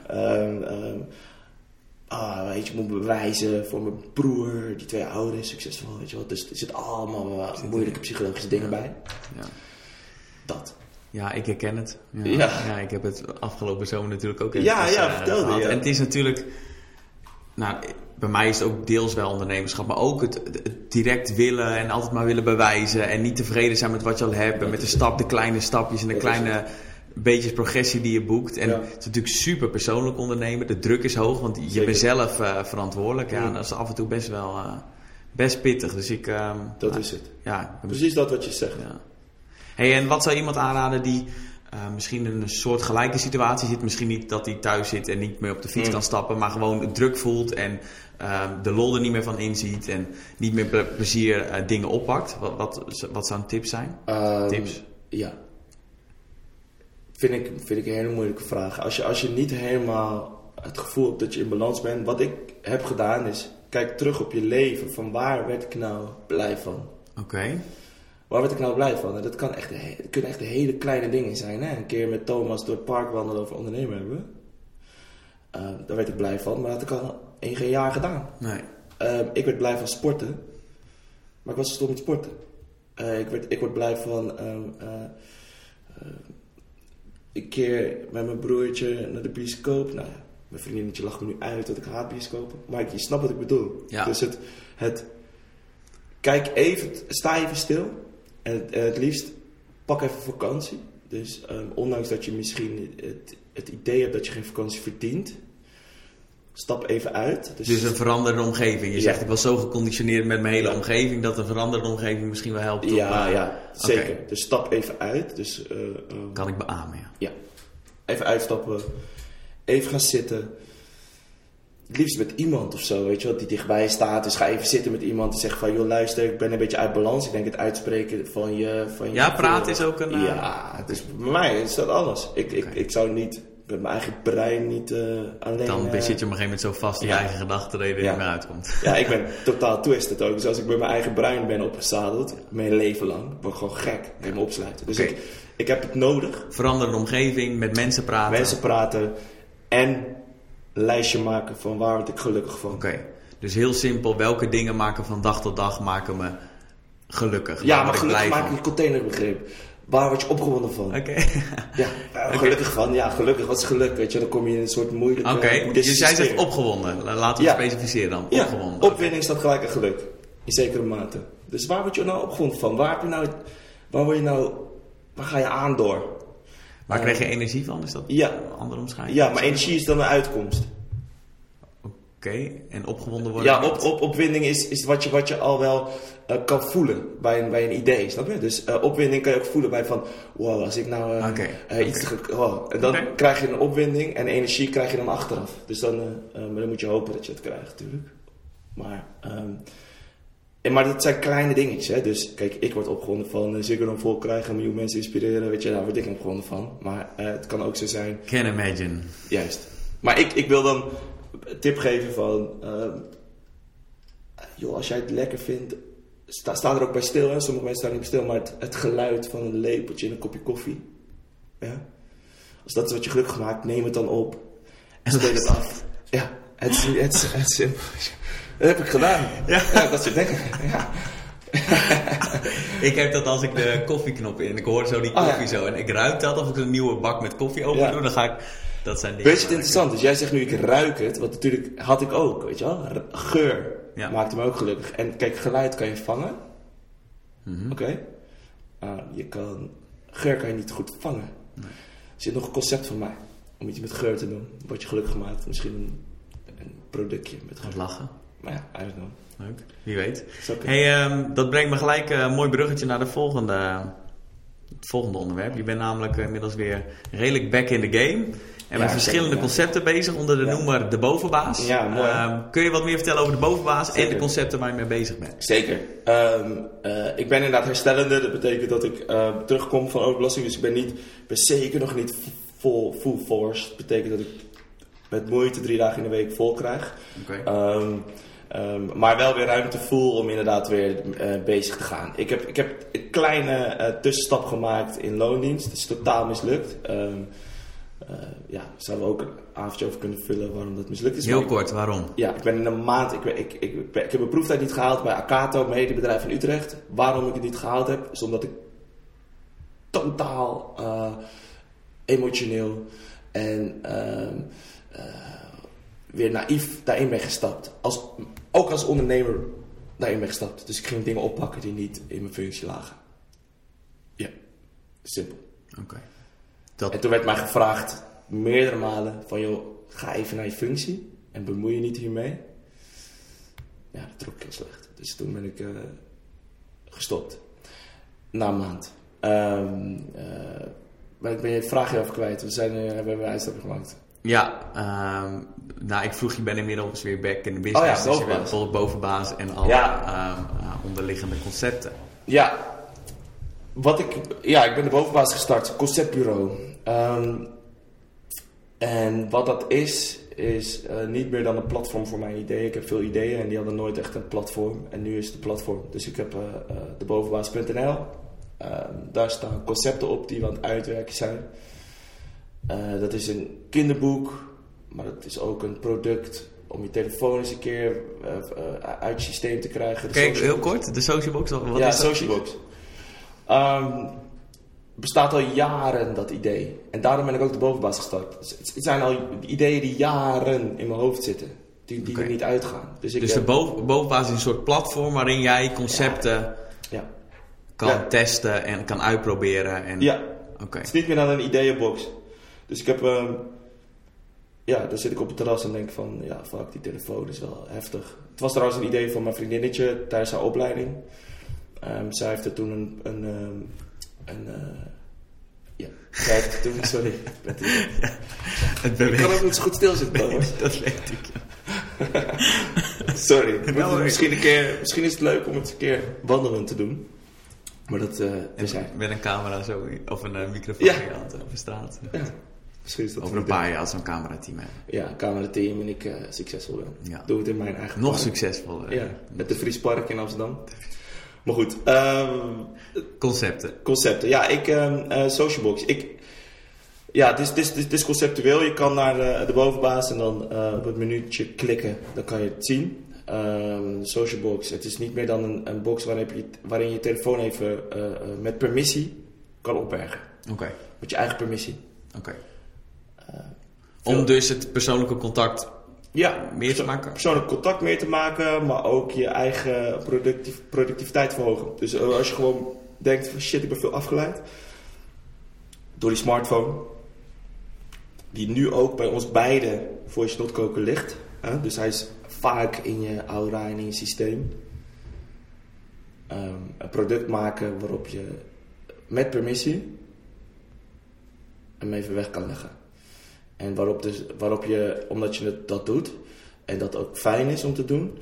A: Weet je, ik moet bewijzen voor mijn broer, die 2 jaar ouder is, succesvol, weet je wel. Dus er zit allemaal moeilijke psychologische dingen bij. Ja. Dat.
B: Ja, ik herken het.
A: Ja.
B: Ja, ik heb het afgelopen zomer natuurlijk ook even
A: vertelde je. Ja.
B: En het is natuurlijk... Nou, bij mij is het ook deels wel ondernemerschap, maar ook het direct willen en altijd maar willen bewijzen en niet tevreden zijn met wat je al hebt en met de kleine stapjes en de kleine beetjes progressie die je boekt. En het is natuurlijk super persoonlijk ondernemen. De druk is hoog, want je bent zelf verantwoordelijk. Ja, en dat is af en toe best pittig. Dus
A: dat is het.
B: Ja,
A: precies dat wat je zegt.
B: Ja. Hey, en wat zou iemand aanraden die misschien in een soort gelijke situatie zit? Misschien niet dat hij thuis zit en niet meer op de fiets kan stappen, maar gewoon druk voelt en de lol er niet meer van inziet en niet meer plezier dingen oppakt. Wat zou een tip zijn? Tips?
A: Ja. Vind ik een hele moeilijke vraag. Als je niet helemaal het gevoel hebt dat je in balans bent. Wat ik heb gedaan is, kijk terug op je leven. Van waar werd ik nou blij van?
B: Oké.
A: Waar werd ik nou blij van? En dat kunnen echt hele kleine dingen zijn. Hè? Een keer met Thomas door het park wandelen over ondernemen hebben. Daar werd ik blij van. Maar dat had ik al geen jaar gedaan.
B: Nee.
A: Ik werd blij van sporten. Maar ik was gestopt met sporten. Ik word blij van... een keer met mijn broertje naar de bioscoop. Nou ja, mijn vriendinnetje lacht me nu uit dat ik haat bioscopen. Maar je snapt wat ik bedoel.
B: Ja.
A: Dus kijk even, sta even stil. En het liefst pak even vakantie. Dus ondanks dat je misschien het idee hebt dat je geen vakantie verdient. Stap even uit.
B: Dus een veranderde omgeving. Je zegt ik was zo geconditioneerd met mijn hele omgeving dat een veranderde omgeving misschien wel helpt.
A: Ja, zeker. Okay. Dus stap even uit. Dus,
B: kan ik beamen,
A: ja. Even uitstappen. Even gaan zitten. Het liefst met iemand of zo, weet je wat, die dichtbij staat. Dus ga even zitten met iemand en zeg van, joh luister, ik ben een beetje uit balans. Ik denk het uitspreken van je...
B: praten is ook een...
A: Ja, dus bij mij is dat alles. Ik zou niet... Met mijn eigen brein niet alleen...
B: Dan zit je op een gegeven moment zo vast in je eigen gedachten dat je er niet meer uitkomt.
A: Ja, ik ben totaal twisted ook. Dus als ik met mijn eigen brein ben opgezadeld, mijn leven lang, word ik gewoon gek. Ik me opsluiten. Dus ik heb het nodig.
B: Veranderde omgeving, met mensen praten.
A: En een lijstje maken van waar word ik gelukkig van.
B: Oké. Dus heel simpel, welke dingen maken van dag tot dag maken me gelukkig?
A: Ja, maar gelukkig maak ik een containerbegrip. Waar word je opgewonden van? Ja, gelukkig van. Ja, gelukkig. Wat is geluk? Weet je, dan kom je in een soort moeilijke...
B: Dus jij zegt opgewonnen. Laten we specificeren dan. Opgewonden.
A: Ja, opwinding staat gelijk aan geluk. In zekere mate. Dus waar word je nou opgewonden van? Waar ga je aan door?
B: Waar krijg je energie van? Is dat een andere omschrijving?
A: Ja, maar energie is dan een uitkomst.
B: Oké, en opgewonden worden?
A: Ja, opwinding is wat je al wel kan voelen bij een idee, snap je? Dus opwinding kan je ook voelen bij van, wow, als ik nou iets... En dan krijg je een opwinding en energie krijg je dan achteraf. Dus dan moet je hopen dat je het krijgt, natuurlijk. Maar dat zijn kleine dingetjes, hè. Dus kijk, ik word opgewonden van Ziggo vol krijgen, een miljoen mensen inspireren, weet je, daar word ik opgewonden van. Maar het kan ook zo zijn...
B: Can imagine.
A: Juist. Maar ik wil dan een tip geven van... joh, als jij het lekker vindt... Sta er ook bij stil, hè. Sommige mensen staan niet bij stil. Maar het geluid van een lepeltje in een kopje koffie. Ja? Als dat is wat je gelukkig maakt, neem het dan op. En speel het af. Ja, het is simpel. Dat heb ik gedaan. Ja, dat soort dingen. Ja.
B: Ik heb dat als ik de koffieknop in... Ik hoor zo die koffie zo. En ik ruik dat. Of ik een nieuwe bak met koffie open doe, dan ga ik... Dat zijn dingen.
A: Weet je het interessant is? Jij zegt nu ik ruik het. Want natuurlijk had ik ook, weet je wel. Geur maakte me ook gelukkig. En kijk, geluid kan je vangen.
B: Mm-hmm.
A: Oké? Geur kan je niet goed vangen.
B: Nee.
A: Er zit nog een concept van mij om iets met geur te doen. Word je gelukkig gemaakt. Misschien een productje met geur.
B: Wat lachen.
A: Maar ja, I don't know.
B: Leuk, wie weet.
A: Okay.
B: Hey, dat brengt me gelijk een mooi bruggetje naar het volgende onderwerp. Je bent namelijk inmiddels weer redelijk back in the game. En met verschillende concepten bezig onder de noemer De Bovenbaas.
A: Ja, mooi.
B: Kun je wat meer vertellen over De Bovenbaas
A: Zeker.
B: en de concepten waar je mee bezig bent?
A: Zeker. Ik ben inderdaad herstellende. Dat betekent dat ik terugkom van overbelasting. Dus ik ben zeker nog niet full force. Dat betekent dat ik met moeite 3 dagen in de week vol krijg.
B: Okay.
A: Maar wel weer ruimte voel om inderdaad weer bezig te gaan. Ik heb een kleine tussenstap gemaakt in loondienst. Het is totaal mislukt. Zouden we ook een avondje over kunnen vullen waarom dat mislukt is.
B: Heel kort, waarom?
A: Ja, ik ben in een maand... Ik heb mijn proeftijd niet gehaald bij Akato, medebedrijf in Utrecht. Waarom ik het niet gehaald heb, is omdat ik totaal emotioneel en weer naïef daarin ben gestapt. Ook als ondernemer daarin ben gestapt. Dus ik ging dingen oppakken die niet in mijn functie lagen. Ja, simpel.
B: Oké.
A: En toen werd mij gevraagd, meerdere malen, van joh, ga even naar je functie en bemoei je niet hiermee. Ja, dat trok ik heel slecht. Dus toen ben ik gestopt. Na een maand. Maar ik ben je vraag even kwijt. We hebben een uitstapje gemaakt.
B: Ja, ik vroeg je ben inmiddels weer back in de business.
A: Dus je bent
B: bijvoorbeeld bovenbaas en alle onderliggende concepten.
A: Ja. Ik ben de bovenbaas gestart, conceptbureau. En wat dat is niet meer dan een platform voor mijn ideeën. Ik heb veel ideeën en die hadden nooit echt een platform. En nu is het een platform. Dus ik heb debovenbaas.nl. Daar staan concepten op die we aan het uitwerken zijn. Dat is een kinderboek, maar dat is ook een product om je telefoon eens een keer uit je systeem te krijgen.
B: Kijk, heel kort, de Socialbox. Wat is
A: Socialbox. Bestaat al jaren, dat idee. En daarom ben ik ook de bovenbaas gestart. Het zijn al ideeën die jaren in mijn hoofd zitten. Die er niet uitgaan. Dus
B: de bovenbaas is een soort platform waarin jij concepten kan testen en kan uitproberen. En...
A: Ja,
B: okay.
A: Het is niet meer dan een ideeënbox. Dus ik heb... dan zit ik op het terras en denk van... Ja, fuck, die telefoon is wel heftig. Het was trouwens een idee van mijn vriendinnetje tijdens haar opleiding. Zij heeft er toen sorry. Ik kan ook niet zo goed stilzitten, Thomas.
B: Dat weet ik.
A: Sorry. Misschien is het leuk om het een keer wandelen te doen. Maar dat
B: met een camera zo of een microfoon in je hand op de straat.
A: Ja. Misschien is dat
B: over een paar jaar zo'n camerateam hebben.
A: Ja, een camerateam en ik succesvol ben.
B: Ja.
A: Doe het in mijn eigen
B: nog succesvoller.
A: Ja, met de Vriespark in Amsterdam. Maar goed. Concepten. Ja, Socialbox. Het is conceptueel. Je kan naar de bovenbaas en dan op het menuutje klikken. Dan kan je het zien. Socialbox. Het is niet meer dan een box waarin je telefoon even met permissie kan opbergen.
B: Oké.
A: Met je eigen permissie.
B: Oké. Om dus het persoonlijke contact meer te maken?
A: Persoonlijk contact meer te maken, maar ook je eigen productiviteit verhogen. Dus als je gewoon denkt van shit, ik ben veel afgeleid. Door die smartphone. Die nu ook bij ons beiden voor je snotkoker ligt. Dus hij is vaak in je aura en in je systeem. Een product maken waarop je met permissie hem even weg kan leggen. En waarop je, omdat je dat doet, en dat ook fijn is om te doen,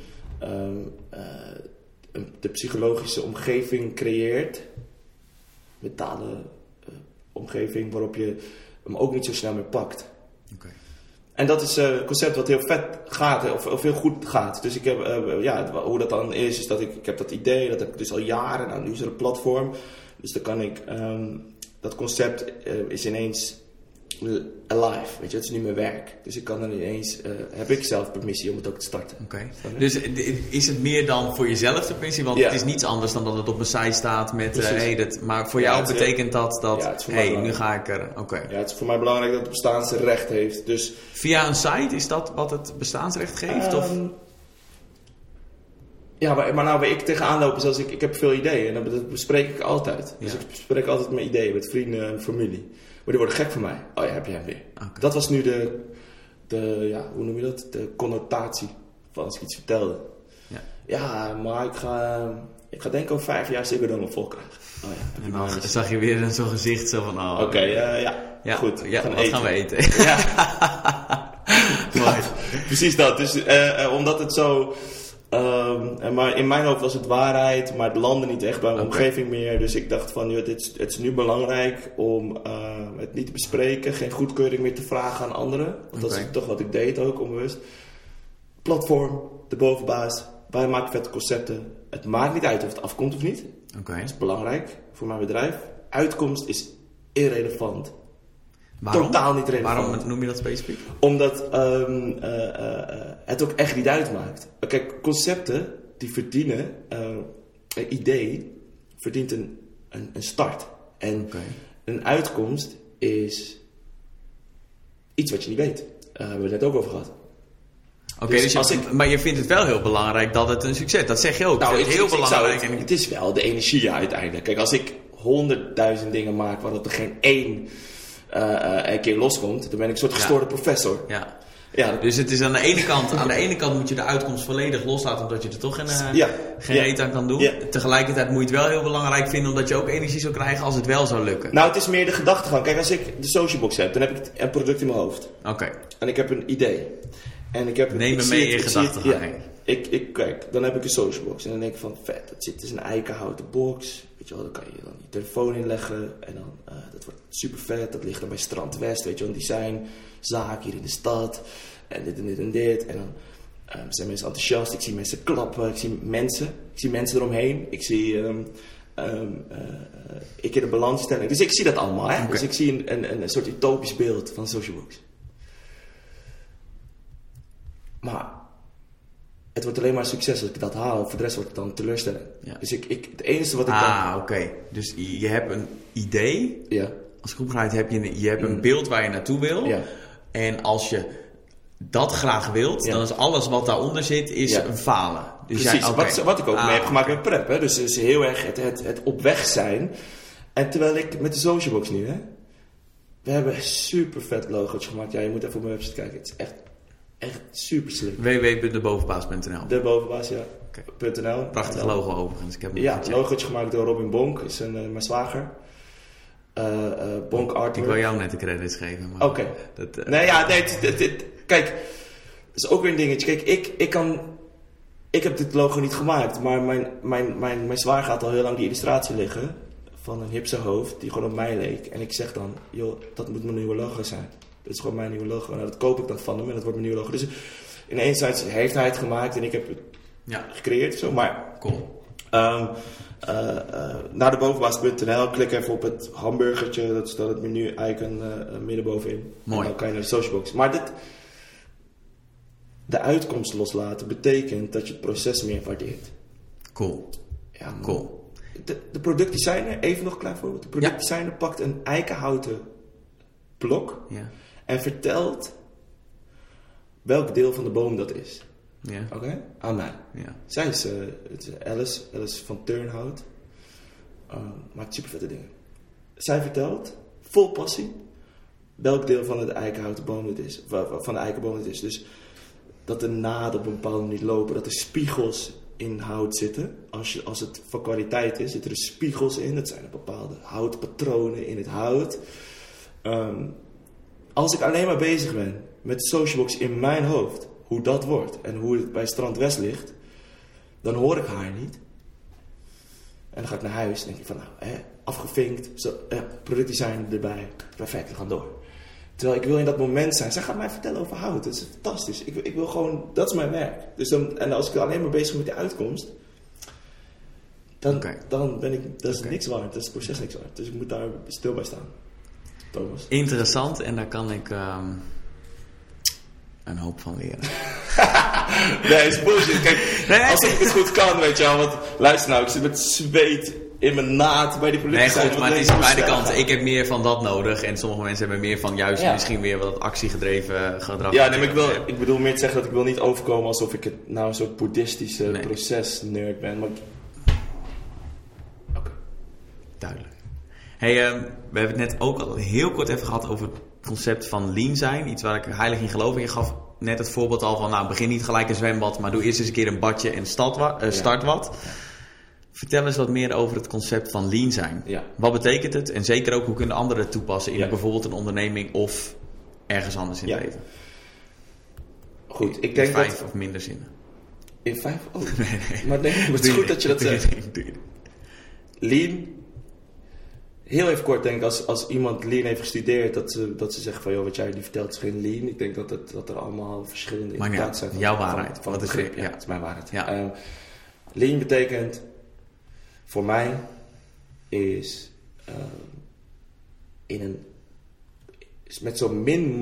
A: de psychologische omgeving creëert, mentale omgeving, waarop je hem ook niet zo snel meer pakt.
B: Okay.
A: En dat is een concept wat heel vet gaat, of heel goed gaat. Dus ik heb, hoe dat dan is dat ik heb dat idee, dat heb ik dus al jaren, nou nu is er een platform, dus dan kan ik, dat concept is ineens alive, weet je, het is nu mijn werk. Dus ik kan dan ineens, heb ik zelf permissie om het ook te starten.
B: Okay. Dus is het meer dan voor jezelf de permissie? Want het is niets anders dan dat het op een site staat met maar voor jou betekent dat nu ga ik er. Okay.
A: Ja, het is voor mij belangrijk dat het bestaansrecht heeft. Dus
B: via een site, is dat wat het bestaansrecht geeft? Of?
A: Ja, maar nou waar ik tegenaan loop is als ik heb veel ideeën. En dat bespreek ik altijd. Dus ik bespreek altijd mijn ideeën met vrienden en familie. Maar die worden gek van mij. Oh ja, heb je hem weer. Okay. Dat was nu de hoe noem je dat? De connotatie van als ik iets vertelde. Ja, maar ik ga denken over 5 jaar Ziggo Dome vol krijgen. Oh ja,
B: en dan zag je weer zo'n gezicht zo van...
A: Oké, goed.
B: Ja, wat gaan we eten?
A: Ja. Precies dat. Dus omdat het zo... maar in mijn hoofd was het waarheid, maar het landde niet echt bij mijn omgeving meer. Dus ik dacht van, het is nu belangrijk om het niet te bespreken, geen goedkeuring meer te vragen aan anderen. Want dat is toch wat ik deed ook, onbewust. Platform, de bovenbaas, wij maken vette concepten. Het maakt niet uit of het afkomt of niet. Dat is belangrijk voor mijn bedrijf. Uitkomst is irrelevant.
B: Waarom?
A: Totaal niet relevant.
B: Waarom noem je dat specifiek?
A: Omdat het ook echt niet uitmaakt. Kijk, concepten die verdienen, een idee verdient een start. En een uitkomst is iets wat je niet weet. Daar hebben we het net ook over gehad.
B: Maar je vindt het wel heel belangrijk dat het een succes is. Dat zeg je ook.
A: Nou,
B: heel belangrijk.
A: Het is wel de energie uiteindelijk. Kijk, als ik 100.000 dingen maak waarop er geen één keer loskomt, dan ben ik een soort gestoorde professor.
B: Ja, dus het is aan de ene kant moet je de uitkomst volledig loslaten omdat je er toch geen reet aan kan doen. Ja. Tegelijkertijd moet je het wel heel belangrijk vinden omdat je ook energie zou krijgen als het wel zou lukken.
A: Nou, het is meer de gedachtegang. Kijk, als ik de Socialbox heb, dan heb ik een product in mijn hoofd. En ik heb een idee. En ik heb
B: neem me mee in gedachtegang.
A: Kijk, dan heb ik een Socialbox. En dan denk ik van, vet, het is een eikenhouten box. Weet je wel, dan kan je dan je telefoon inleggen. En dan, dat wordt super vet. Dat ligt dan bij Strand West, weet je wel, een designzaak hier in de stad. En dit en dit en dit. En dan zijn mensen enthousiast. Ik zie mensen klappen. Ik zie mensen eromheen. Ik zie ik in de balansstelling. Dus ik zie dat allemaal. Hè? Dus ik zie een soort utopisch beeld van Socialbox. Maar het wordt alleen maar succes als ik dat haal. Voor de rest wordt het dan teleurstelling. Ja. Dus het enige wat ik kan...
B: Dus je hebt een idee.
A: Ja.
B: Als ik goed begrijp heb je hebt een beeld waar je naartoe wil. Ja. En als je dat graag wilt, dan is alles wat daaronder zit, een falen. Dus
A: precies, wat ik ook mee heb gemaakt met prep. Hè? Dus het is heel erg het op weg zijn. En terwijl ik met de Socialbox nu, hè, we hebben super vet logo's gemaakt. Ja, je moet even op mijn website kijken. Het is echt super slim.
B: www.debovenbaas.nl
A: De bovenbaas, .nl.
B: Prachtig logo overigens. Ik heb
A: logootje gemaakt door Robin Bonk, is mijn zwager. Bonk Artwork.
B: Ik wil jou net de credits geven.
A: Oké. Kijk, dat is ook weer een dingetje. Kijk, ik heb dit logo niet gemaakt, maar mijn zwager had al heel lang die illustratie liggen van een hipsterhoofd die gewoon op mij leek. En ik zeg dan, joh, dat moet mijn nieuwe logo zijn. Dat is gewoon mijn nieuwe logo. Nou, dat koop ik dan van hem en dat wordt mijn nieuwe logo. Dus in enerzijds heeft hij het gemaakt en ik heb het gecreëerd. Zo. Maar
B: cool.
A: Naar de bovenbaas.nl, klik even op het hamburgertje, dat staat het menu-icon midden bovenin.
B: Mooi.
A: En dan kan je naar de Socialbox. Maar de uitkomst loslaten betekent dat je het proces meer waardeert.
B: Cool.
A: Ja, man. Cool. De productdesigner, even nog klaar voor. De productdesigner pakt een eikenhouten blok en vertelt welk deel van de boom dat is.
B: Ja.
A: Oké? Aan mij.
B: Ja.
A: Zij is Alice van Turnhout. Maakt super vette dingen. Zij vertelt, vol passie, welk deel van de eikenhouten boom het is. Van de eikenboom het is. Dus dat de naden op een bepaalde manier lopen. Dat er spiegels in hout zitten. Als het van kwaliteit is, zitten er spiegels in. Dat zijn bepaalde houtpatronen in het hout. Als ik alleen maar bezig ben met de Socialbox in mijn hoofd, hoe dat wordt en hoe het bij Strand West ligt, dan hoor ik haar niet. En dan ga ik naar huis en denk ik van, afgevinkt, productdesign erbij, perfect, we gaan door. Terwijl ik wil in dat moment zijn. Zij gaat mij vertellen over hout, dat is fantastisch. Ik wil gewoon, dat is mijn werk. Dus en als ik alleen maar bezig ben met de uitkomst, dan ben ik, dat is niks waard, dat is het proces niks waard. Dus ik moet daar stil bij staan. Thomas.
B: Interessant, en daar kan ik een hoop van leren.
A: Nee, is bullshit. Kijk, als ik het goed kan, weet je wel. Want luister nou, ik zit met zweet in mijn naad bij die producten zijn.
B: Nee, goed, maar het is beide kanten. Ik heb meer van dat nodig en sommige mensen hebben meer van juist misschien weer wat actiegedreven gedrag.
A: Ja, nee, maar ik bedoel meer te zeggen dat ik wil niet overkomen alsof ik het nou een soort boeddhistische proces-nerd ben. Maar...
B: Oké. Duidelijk. Hey, we hebben het net ook al heel kort even gehad over het concept van lean zijn. Iets waar ik heilig in geloof. En je gaf net het voorbeeld al van, nou, begin niet gelijk een zwembad, maar doe eerst eens een keer een badje en start wat. Ja. Vertel eens wat meer over het concept van lean zijn. Ja. Wat betekent het? En zeker ook, hoe kunnen anderen het toepassen in bijvoorbeeld een onderneming of ergens anders in het leven?
A: Goed, ik denk
B: in 5 of minder zinnen.
A: In 5? Oh. Nee. Maar nee, het is goed dat je dat zegt. Lean. Heel even kort denk ik, als iemand lean heeft gestudeerd, dat ze zeggen van, joh, wat jij die vertelt is geen lean. Ik denk dat er allemaal verschillende interpretaties zijn.
B: Jouw waarheid.
A: Van het begrip. Ja, het is mijn waarheid. Ja. Lean betekent, voor mij, is met zo min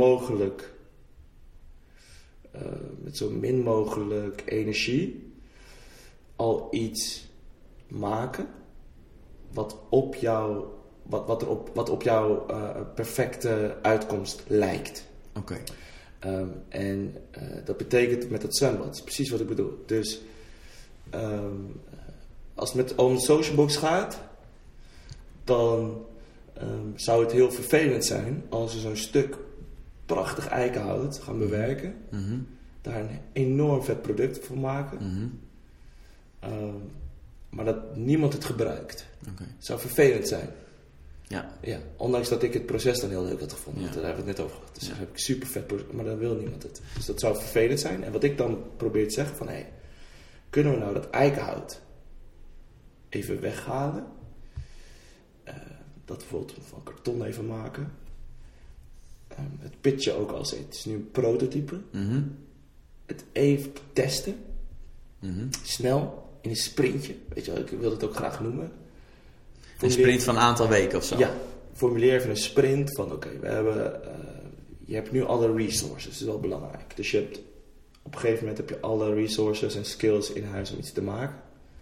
A: mogelijk energie al iets maken wat op jouw perfecte uitkomst lijkt.
B: Oké.
A: En dat betekent met het zwembad, dat is precies wat ik bedoel. Dus als het om Socialbox gaat, dan zou het heel vervelend zijn als we zo'n stuk prachtig eikenhout gaan bewerken. Mm-hmm. Daar een enorm vet product van maken. Mm-hmm. Maar dat niemand het gebruikt. Okay. Het zou vervelend zijn. Ja, ondanks dat ik het proces dan heel leuk had gevonden. Daar hebben we het net over gehad. Dus dan heb ik super vet proces, maar dan wil niemand het. Dus dat zou vervelend zijn. En wat ik dan probeer te zeggen van, kunnen we nou dat eikenhout even weghalen? Dat bijvoorbeeld van karton even maken. Het pitchen ook als het is nu een prototype. Mm-hmm. Het even testen. Mm-hmm. Snel. In een sprintje. Weet je wel, ik wil het ook graag noemen.
B: Een sprint van een aantal weken of zo?
A: Ja. Formuleer even een sprint van je hebt nu alle resources. Dat is wel belangrijk. Dus op een gegeven moment heb je alle resources en skills in huis om iets te maken.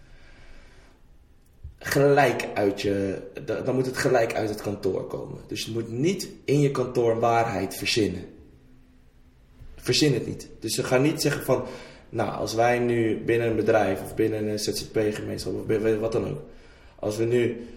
A: Dan moet het gelijk uit het kantoor komen. Dus je moet niet in je kantoor een waarheid verzinnen. Verzin het niet. Dus ze gaan niet zeggen van, nou, als wij nu binnen een bedrijf of binnen een ZZP-gemeenschap of wat dan ook. Als we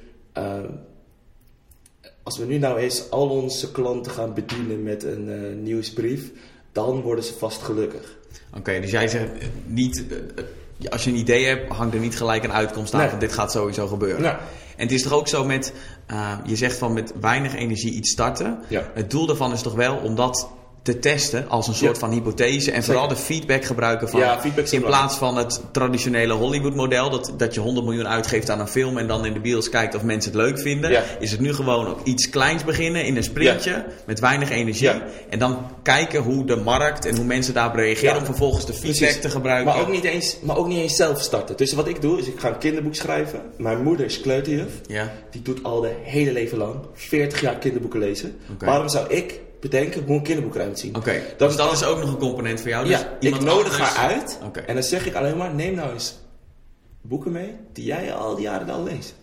A: nu nou eens al onze klanten gaan bedienen met een nieuwsbrief, dan worden ze vast gelukkig.
B: Oké, dus jij zegt niet, als je een idee hebt, hangt er niet gelijk een uitkomst aan van dit gaat sowieso gebeuren. Nee. En het is toch ook zo met, je zegt van met weinig energie iets starten. Ja. Het doel daarvan is toch wel om dat te testen als een soort van hypothese en vooral de feedback gebruiken van in plaats van het traditionele Hollywood model dat je 100 miljoen uitgeeft aan een film en dan in de bios kijkt of mensen het leuk vinden, is het nu gewoon ook iets kleins beginnen in een sprintje met weinig energie en dan kijken hoe de markt en hoe mensen daarop reageren om vervolgens de feedback te gebruiken.
A: Maar ook niet eens zelf starten. Dus wat ik doe is ik ga een kinderboek schrijven. Mijn moeder is kleuterjuf. Ja. Die doet al de hele leven lang 40 jaar kinderboeken lezen. Okay. Waarom zou ik bedenken hoe een kinderboek eruit zien?
B: Oké, dus dat is ook nog een component voor jou? Dus
A: ik nodig haar uit en dan zeg ik alleen maar, neem nou eens boeken mee die jij al die jaren al leest.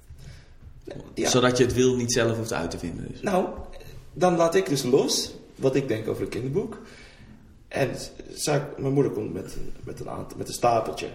B: Ja. Zodat je het wil niet zelf hoeft uit te vinden. Dus.
A: Nou, dan laat ik dus los wat ik denk over een kinderboek. En mijn moeder komt met een stapeltje.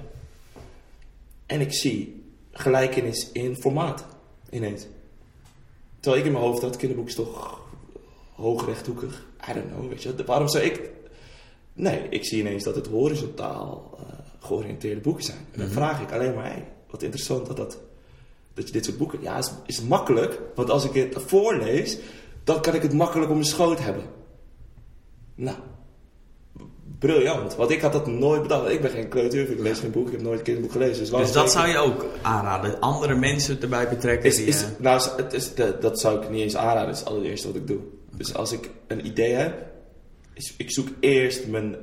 A: En ik zie gelijkenis in formaat ineens. Terwijl ik in mijn hoofd had, kinderboek is toch hoog rechthoekig. I don't know, weet je. Waarom zou ik... Nee, ik zie ineens dat het horizontaal georiënteerde boeken zijn. En dan vraag ik alleen maar, wat interessant dat je dit soort boeken... Ja, is makkelijk, want als ik het voorlees, dan kan ik het makkelijk op mijn schoot hebben. Nou, briljant. Want ik had dat nooit bedacht. Ik ben geen kleuter, ik lees geen boek, ik heb nooit een kinderboek gelezen.
B: Dus dat zou je ook aanraden? Andere mensen erbij betrekken?
A: Dat zou ik niet eens aanraden. Dat is het allereerste wat ik doe. Dus als ik een idee heb, ik zoek eerst mijn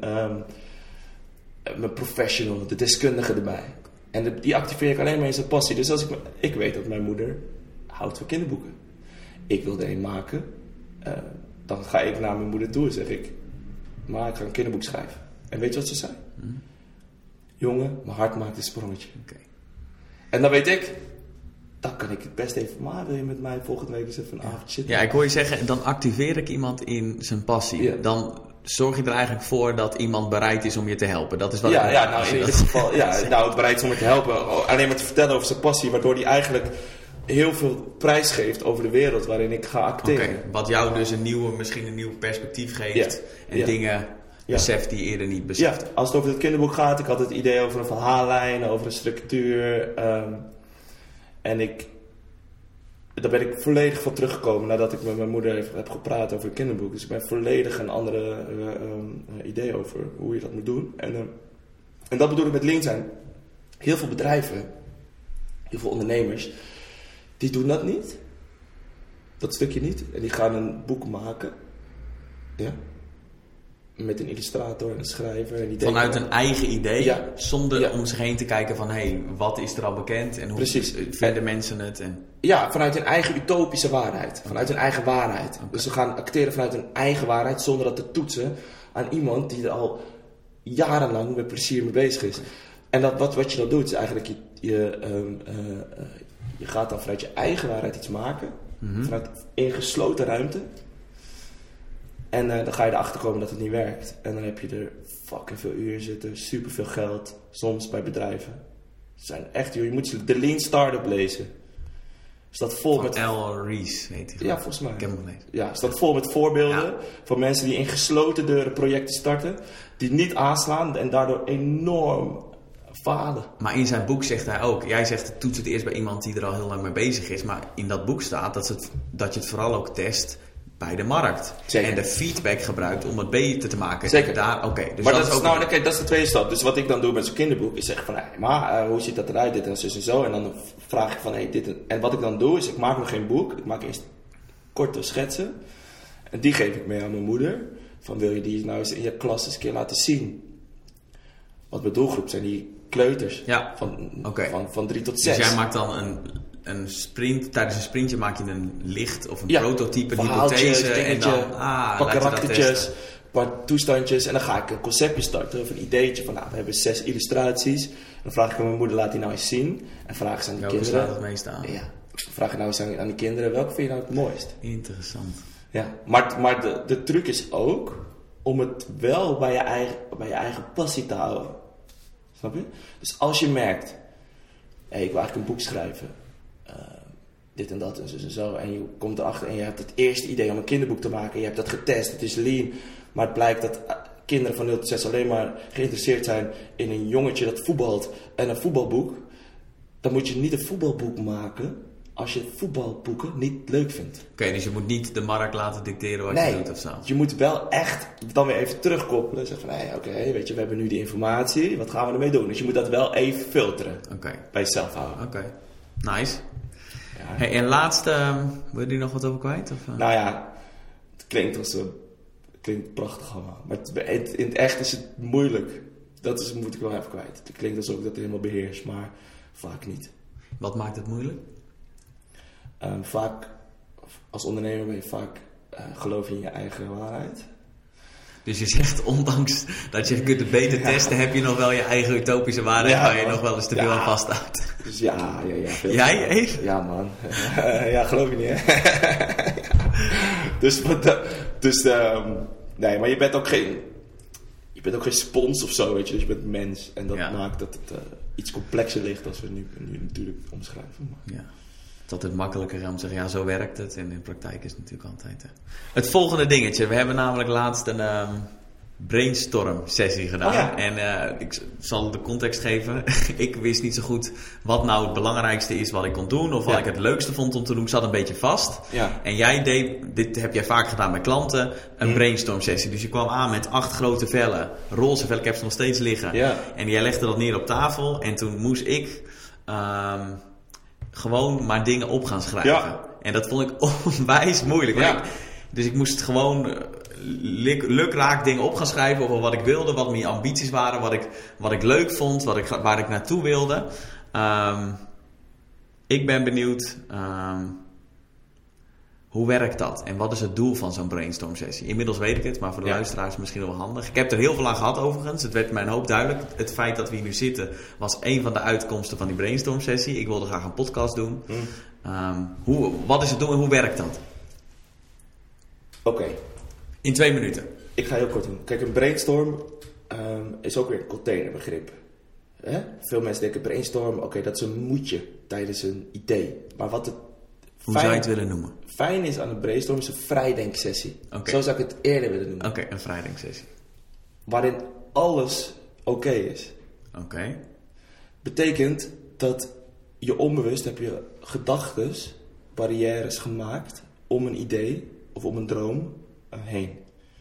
A: professional, de deskundige erbij. En die activeer ik alleen maar in zijn passie. Dus als ik weet dat mijn moeder houdt van kinderboeken. Ik wil er een maken. Dan ga ik naar mijn moeder toe en zeg ik, maar ik ga een kinderboek schrijven. En weet je wat ze zei? Jongen, mijn hart maakt een sprongetje. Okay. En dan weet ik, dan kan ik het best even, maar wil je met mij volgende week eens even een avond zitten?
B: Ja, ik hoor je zeggen, dan activeer ik iemand in zijn passie.
A: Ja.
B: Dan zorg je er eigenlijk voor dat iemand bereid is om je te helpen. Dat is wat
A: in dit geval, bereid is om je te helpen. Alleen maar te vertellen over zijn passie, waardoor hij eigenlijk heel veel prijs geeft over de wereld waarin ik ga acteren.
B: Okay, wat jou dus misschien een nieuw perspectief geeft en dingen beseft die je eerder niet besefte.
A: Ja, als het over het kinderboek gaat, ik had het idee over een verhaallijn, over een structuur. En daar ben ik volledig van teruggekomen nadat ik met mijn moeder heb gepraat over het kinderboek. Dus ik ben volledig een andere idee over hoe je dat moet doen. En dat bedoel ik met lean zijn. Heel veel bedrijven, heel veel ondernemers, die doen dat niet. Dat stukje niet. En die gaan een boek maken. Ja. Met een illustrator en een schrijver. En die
B: vanuit een eigen idee, zonder om zich heen te kijken van wat is er al bekend en hoe vinden mensen het?
A: Ja, vanuit een eigen utopische waarheid. Vanuit een eigen waarheid. Okay. Dus ze gaan acteren vanuit een eigen waarheid zonder dat te toetsen aan iemand die er al jarenlang met plezier mee bezig is. En wat je dan doet is eigenlijk je gaat dan vanuit je eigen waarheid iets maken. Mm-hmm. Vanuit ingesloten ruimte. En dan ga je erachter komen dat het niet werkt. En dan heb je er fucking veel uren zitten. Superveel geld. Soms bij bedrijven. Zijn echt, je moet de Lean Startup lezen. Staat vol
B: van
A: met...
B: L. Rees heet hij.
A: Ja, volgens mij.
B: Ik heb hem gelezen.
A: Ja, staat vol met voorbeelden van mensen die in gesloten deuren projecten starten. Die niet aanslaan en daardoor enorm falen.
B: Maar in zijn boek zegt hij ook... Jij zegt, toets het eerst bij iemand die er al heel lang mee bezig is. Maar in dat boek staat dat je het vooral ook test bij de markt.
A: Zeker.
B: En de feedback gebruikt om het beter te maken.
A: Zeker.
B: Dus
A: maar dat is de tweede stap. Dus wat ik dan doe met zo'n kinderboek is zeggen van... hoe ziet dat eruit? Dit en zus en zo. En dan vraag ik van... dit en wat ik dan doe is... Ik maak nog geen boek. Ik maak eerst korte schetsen. En die geef ik mee aan mijn moeder. Van wil je die nou eens in je klas eens een keer laten zien? Wat mijn doelgroep zijn die kleuters.
B: Ja.
A: Van 3 tot 6.
B: Dus jij maakt dan een sprint, tijdens een sprintje maak je een licht of een prototype, een hypothese en dan
A: pak karaktertjes, een paar toestandjes en dan ga ik een conceptje starten of een ideetje van we hebben 6 illustraties. En dan vraag ik aan mijn moeder, laat die nou eens zien en vraag ze aan de kinderen.
B: Welke staat het meest aan?
A: Ja, vraag nou eens aan de kinderen, welke vind je nou het mooist?
B: Interessant.
A: Ja, maar de truc is ook om het wel bij je eigen passie te houden. Snap je? Dus als je merkt, ik wil eigenlijk een boek schrijven. Dit en dat en zo. En je komt erachter en je hebt het eerste idee om een kinderboek te maken. Je hebt dat getest, het is lean. Maar het blijkt dat kinderen van 0 tot 6 alleen maar geïnteresseerd zijn in een jongetje dat voetbalt en een voetbalboek. Dan moet je niet een voetbalboek maken als je voetbalboeken niet leuk vindt.
B: Oké, dus je moet niet de markt laten dicteren wat je doet of zo.
A: Je moet wel echt dan weer even terugkoppelen. Zeggen van, weet je, we hebben nu die informatie. Wat gaan we ermee doen? Dus je moet dat wel even filteren. Bij jezelf houden.
B: Oké, nice. Ja. Hey, en laatste, wil je er nog wat over kwijt? Of?
A: Nou ja, het klinkt prachtig allemaal. Maar in het echt is het moeilijk. Dat moet ik wel even kwijt. Het klinkt alsof ik dat helemaal beheers, maar vaak niet.
B: Wat maakt het moeilijk?
A: Vaak, als ondernemer ben je vaak geloof in je eigen waarheid.
B: Dus je zegt, ondanks dat je kunt het beter testen, heb je nog wel je eigen utopische waarheid waar je nog wel eens te veel aan vasthoudt.
A: Dus ja.
B: Jij, Eve?
A: Ja, man. Ja, geloof je niet, hè? Nee, maar je bent ook geen spons of zo, weet je. Dus je bent mens. En dat maakt dat het iets complexer ligt als we nu natuurlijk omschrijven. Maar.
B: Ja. Het is altijd makkelijker om te zeggen, zo werkt het. En in de praktijk is het natuurlijk altijd... Het volgende dingetje. We hebben namelijk laatst een brainstorm sessie gedaan. Oh ja. En ik zal de context geven. Ik wist niet zo goed wat nou het belangrijkste is wat ik kon doen. Of wat ik het leukste vond om te doen. Ik zat een beetje vast. Ja. En jij dit heb jij vaak gedaan bij klanten, een brainstorm sessie. Dus je kwam aan met 8 grote vellen. Roze vellen, ik heb ze nog steeds liggen. Ja. En jij legde dat neer op tafel. En toen moest ik... gewoon maar dingen op gaan schrijven. Ja. En dat vond ik onwijs moeilijk. Ja. Dus ik moest gewoon lukraak dingen op gaan schrijven over wat ik wilde, wat mijn ambities waren, wat ik leuk vond, waar ik naartoe wilde. Ik ben benieuwd Hoe werkt dat? En wat is het doel van zo'n brainstorm sessie? Inmiddels weet ik het, maar voor de luisteraars misschien wel handig. Ik heb er heel veel aan gehad overigens. Het werd mij een hoop duidelijk. Het feit dat we hier nu zitten was een van de uitkomsten van die brainstorm sessie. Ik wilde graag een podcast doen. Wat is het doel en hoe werkt dat?
A: Oké.
B: In 2 minuten.
A: Ik ga heel kort doen. Kijk, een brainstorm is ook weer een containerbegrip. Veel mensen denken brainstorm, oké, dat is een moedje tijdens een idee. Maar wat het
B: Hoe zou je het willen noemen?
A: Fijn is aan een brainstorm is een vrijdenksessie.
B: Okay.
A: Zo zou ik het eerder willen noemen.
B: Oké, een vrijdenksessie.
A: Waarin alles oké is.
B: Oké.
A: Betekent dat je onbewust heb je gedachtes, barrières gemaakt om een idee of om een droom heen.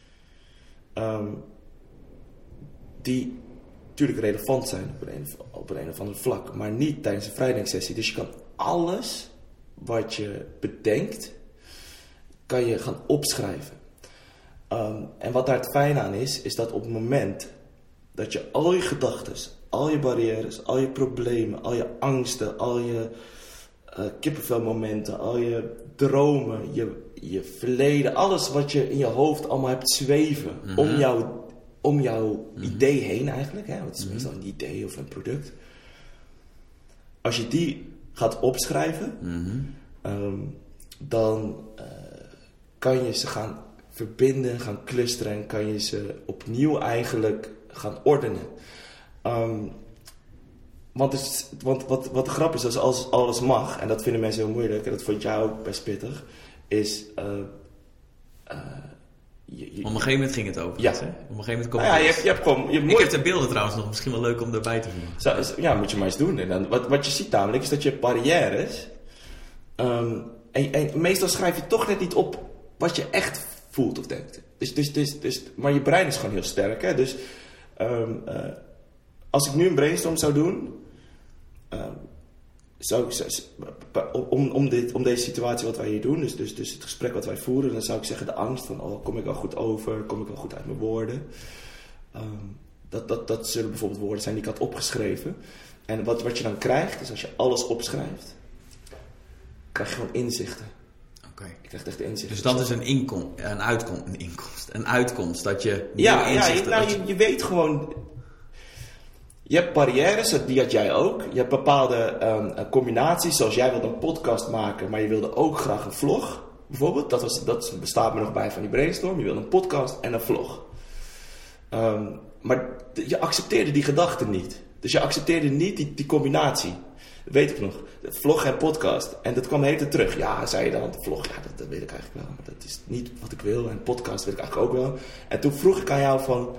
A: Die natuurlijk relevant zijn op een of ander vlak, maar niet tijdens een vrijdenksessie. Dus je kan alles wat je bedenkt, kan je gaan opschrijven. En wat daar het fijn aan is dat op het moment dat je al je gedachtes, al je barrières, al je problemen, al je angsten, al je kippenvelmomenten, al je dromen, je verleden, alles wat je in je hoofd allemaal hebt zweven om jouw idee heen eigenlijk, hè? Want het is meestal een idee of een product. Als je die gaat opschrijven, dan kan je ze gaan verbinden, gaan clusteren en kan je ze opnieuw eigenlijk gaan ordenen. Want wat de grap is, als alles mag, en dat vinden mensen heel moeilijk, en dat vond jij ook best pittig, is...
B: op een gegeven moment ging het over.
A: Ja.
B: Hè? Op een gegeven moment komt
A: je hebt gewoon...
B: Ik heb de beelden trouwens nog misschien wel leuk om erbij te voegen.
A: Ja, moet je maar eens doen. En dan, wat je ziet namelijk is dat je barrières... en meestal schrijf je toch net niet op wat je echt voelt of denkt. Maar je brein is gewoon heel sterk. Hè? Dus als ik nu een brainstorm zou doen... om deze situatie wat wij hier doen, dus het gesprek wat wij voeren, dan zou ik zeggen de angst van, kom ik wel goed over, kom ik wel goed uit mijn woorden. Dat zullen bijvoorbeeld woorden zijn die ik had opgeschreven. En wat je dan krijgt, is als je alles opschrijft, krijg je gewoon inzichten.
B: Okay.
A: Ik krijg echt inzichten.
B: Dus dat is een uitkomst, dat je
A: je weet gewoon... Je hebt barrières, die had jij ook. Je hebt bepaalde combinaties, zoals jij wilde een podcast maken, maar je wilde ook graag een vlog, bijvoorbeeld. Dat bestaat me nog bij van die brainstorm. Je wilde een podcast en een vlog. Maar je accepteerde die gedachten niet. Dus je accepteerde niet die combinatie. Dat weet ik nog. Vlog en podcast. En dat kwam de hele tijd terug. Ja, zei je dan, de vlog, ja, dat weet ik eigenlijk wel. Maar dat is niet wat ik wil. En podcast weet ik eigenlijk ook wel. En toen vroeg ik aan jou van...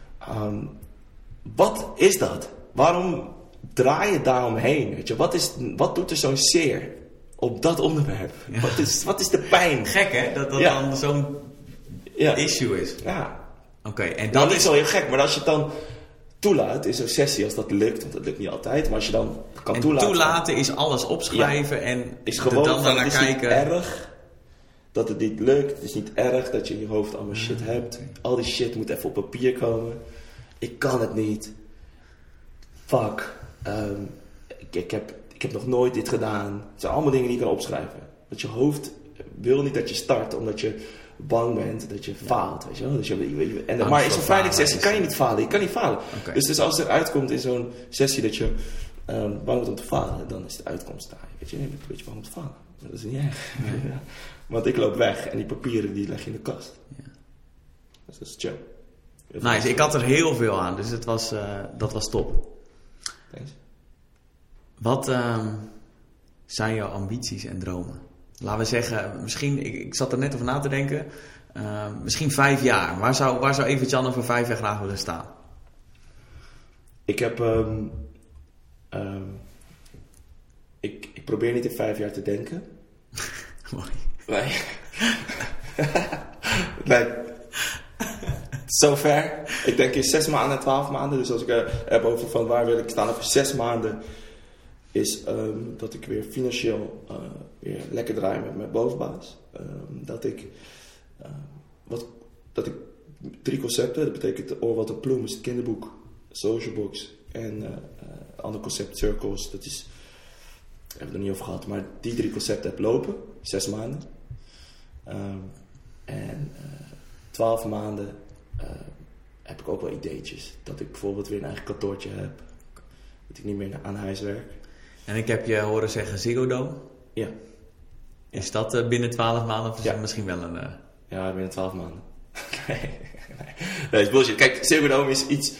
A: wat is dat? Waarom draai je daaromheen? Weet je? Wat doet er zo'n zeer op dat onderwerp? Ja. Wat is de pijn?
B: Gek hè, dat dan zo'n issue is.
A: Ja.
B: Oké, en
A: dat is wel heel gek, maar als je het dan toelaat in zo'n sessie, als dat lukt, want dat lukt niet altijd, maar als je dan kan toelaten.
B: Toelaten is alles opschrijven en
A: is gewoon
B: dan naar kijken.
A: Het is niet erg dat het niet lukt. Het is niet erg dat je in je hoofd allemaal shit hebt. Al die shit moet even op papier komen. Ik kan het niet. Fuck. Ik heb nog nooit dit gedaan. Het zijn allemaal dingen die je kan opschrijven. Want je hoofd wil niet dat je start, omdat je bang bent dat je faalt. Weet je wel? Dus maar in zo'n vrijdenksessie kan je niet falen. Je kan niet falen. Okay. Dus als er uitkomt in zo'n sessie dat je bang bent om te falen, dan is de uitkomst daar. Weet je, ik ben een beetje bang om te falen. Maar dat is niet erg. Ja. Want ik loop weg en die papieren die leg je in de kast. Ja. Dus dat is chill.
B: Nice, ik had er heel veel aan, dus dat was top.
A: Thanks.
B: Wat zijn jouw ambities en dromen? Laten we zeggen, misschien, ik zat er net over na te denken, misschien 5 jaar. Waar zou Evert-Jan over 5 jaar graag willen staan?
A: Ik heb... Ik probeer niet in 5 jaar te denken.
B: Mooi.
A: Nee. Zover. Ik denk in 6 maanden en 12 maanden. Dus als ik heb over van waar wil ik staan over 6 maanden... is dat ik weer financieel weer lekker draai met mijn bovenbaas. Dat ik 3 concepten, dat betekent Wat een Ploem is het kinderboek, Social Box en ander concept Circles, dat is, daar hebben we het er niet over gehad, maar die 3 concepten heb lopen, 6 maanden. En 12 maanden heb ik ook wel ideetjes. Dat ik bijvoorbeeld weer een eigen kantoortje heb. Dat ik niet meer aan huis werk.
B: En ik heb je horen zeggen Ziggo Dome.
A: Ja.
B: Is dat binnen 12 maanden of is
A: Ja.
B: dat misschien wel een...
A: Ja, binnen 12 maanden. Nee, dat is bullshit. Kijk, Ziggo Dome is iets...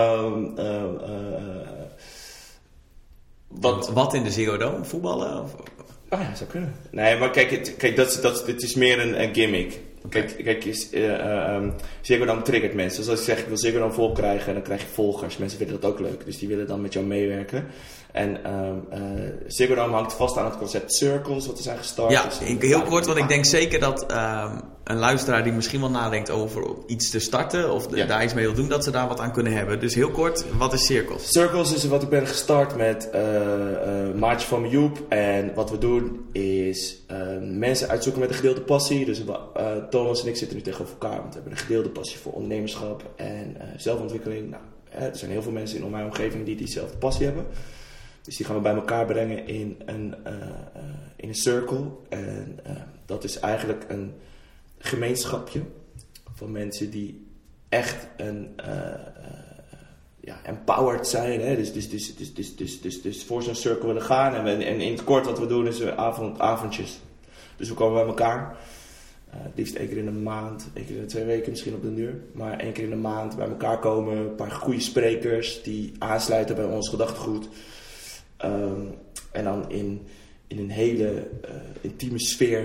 B: Wat in de Ziggo Dome? Voetballen? Of?
A: Oh ja, zou kunnen. Nee, maar kijk dit is meer een gimmick.
B: Okay.
A: Kijk, Ziggo Dome triggert mensen. Dus als ik zeg, ik wil Ziggo Dome vol krijgen, dan krijg je volgers. Mensen vinden dat ook leuk, dus die willen dan met jou meewerken. En Ziggo Dome hangt vast aan het concept Circles, wat er zijn gestart.
B: Ja,
A: dus
B: heel kort, want ik denk zeker dat een luisteraar die misschien wel nadenkt over iets te starten of daar iets mee wil doen, dat ze daar wat aan kunnen hebben. Dus heel kort, wat is Circles?
A: Circles is wat ik ben gestart met maatje van mijn Joep. En wat we doen is mensen uitzoeken met een gedeelde passie. Dus Thomas en ik zitten nu tegenover elkaar, want we hebben een gedeelde passie voor ondernemerschap en zelfontwikkeling. Nou, er zijn heel veel mensen in mijn omgeving die diezelfde passie hebben. Dus die gaan we bij elkaar brengen in een circle. En dat is eigenlijk een gemeenschapje van mensen die echt empowered zijn. Hè? Dus voor zo'n circle willen gaan. En in het kort wat we doen is avondjes. Dus we komen bij elkaar. Het liefst 1 keer in de maand, 1 keer in de 2 weken misschien op de duur. Maar 1 keer in de maand bij elkaar komen. Een paar goede sprekers die aansluiten bij ons gedachtegoed. En dan in een hele intieme sfeer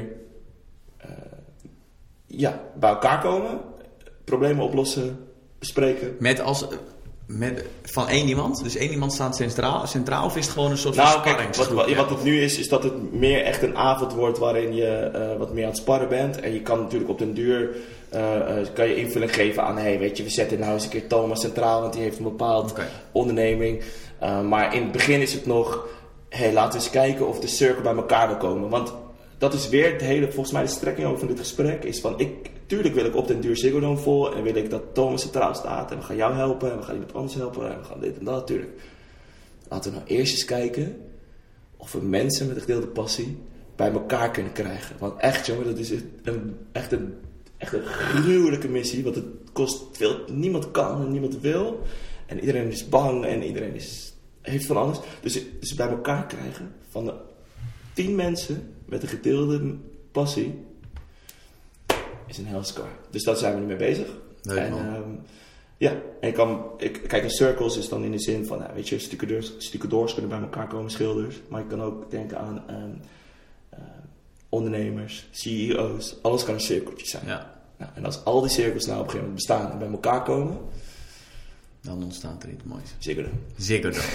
A: bij elkaar komen. Problemen oplossen, bespreken.
B: Van 1 iemand? Dus 1 iemand staat centraal of is het gewoon een soort van sparringsgroep?
A: Kijk, wat het nu is dat het meer echt een avond wordt waarin je wat meer aan het sparren bent. En je kan natuurlijk op den duur kan je invulling geven aan, we zetten nou eens een keer Thomas centraal, want die heeft een bepaald onderneming. Maar in het begin is het nog, laten we eens kijken of de circle bij elkaar wil komen. Want dat is weer volgens mij de strekking ook van dit gesprek, is van, tuurlijk wil ik op den duur Ziggo Dome vol en wil ik dat Thomas centraal staat en we gaan jou helpen en we gaan iemand anders helpen en we gaan dit en dat, tuurlijk. Laten we nou eerst eens kijken of we mensen met een gedeelde passie bij elkaar kunnen krijgen. Want echt, jongen, dat is echt een gruwelijke missie, want het kost veel, niemand kan en niemand wil en iedereen is bang en iedereen heeft van alles. Dus bij elkaar krijgen van de 10 mensen met een gedeelde passie is een helscar. Dus daar zijn we nu mee bezig.
B: Leuk,
A: en kijk, een circles is dan in de zin van, stucadoors kunnen bij elkaar komen, schilders. Maar je kan ook denken aan ondernemers, CEO's. Alles kan een cirkeltje zijn.
B: Ja.
A: Nou, en als al die cirkels nou op een gegeven moment bestaan en bij elkaar komen,
B: dan ontstaat er iets moois.
A: Ziggo Dome.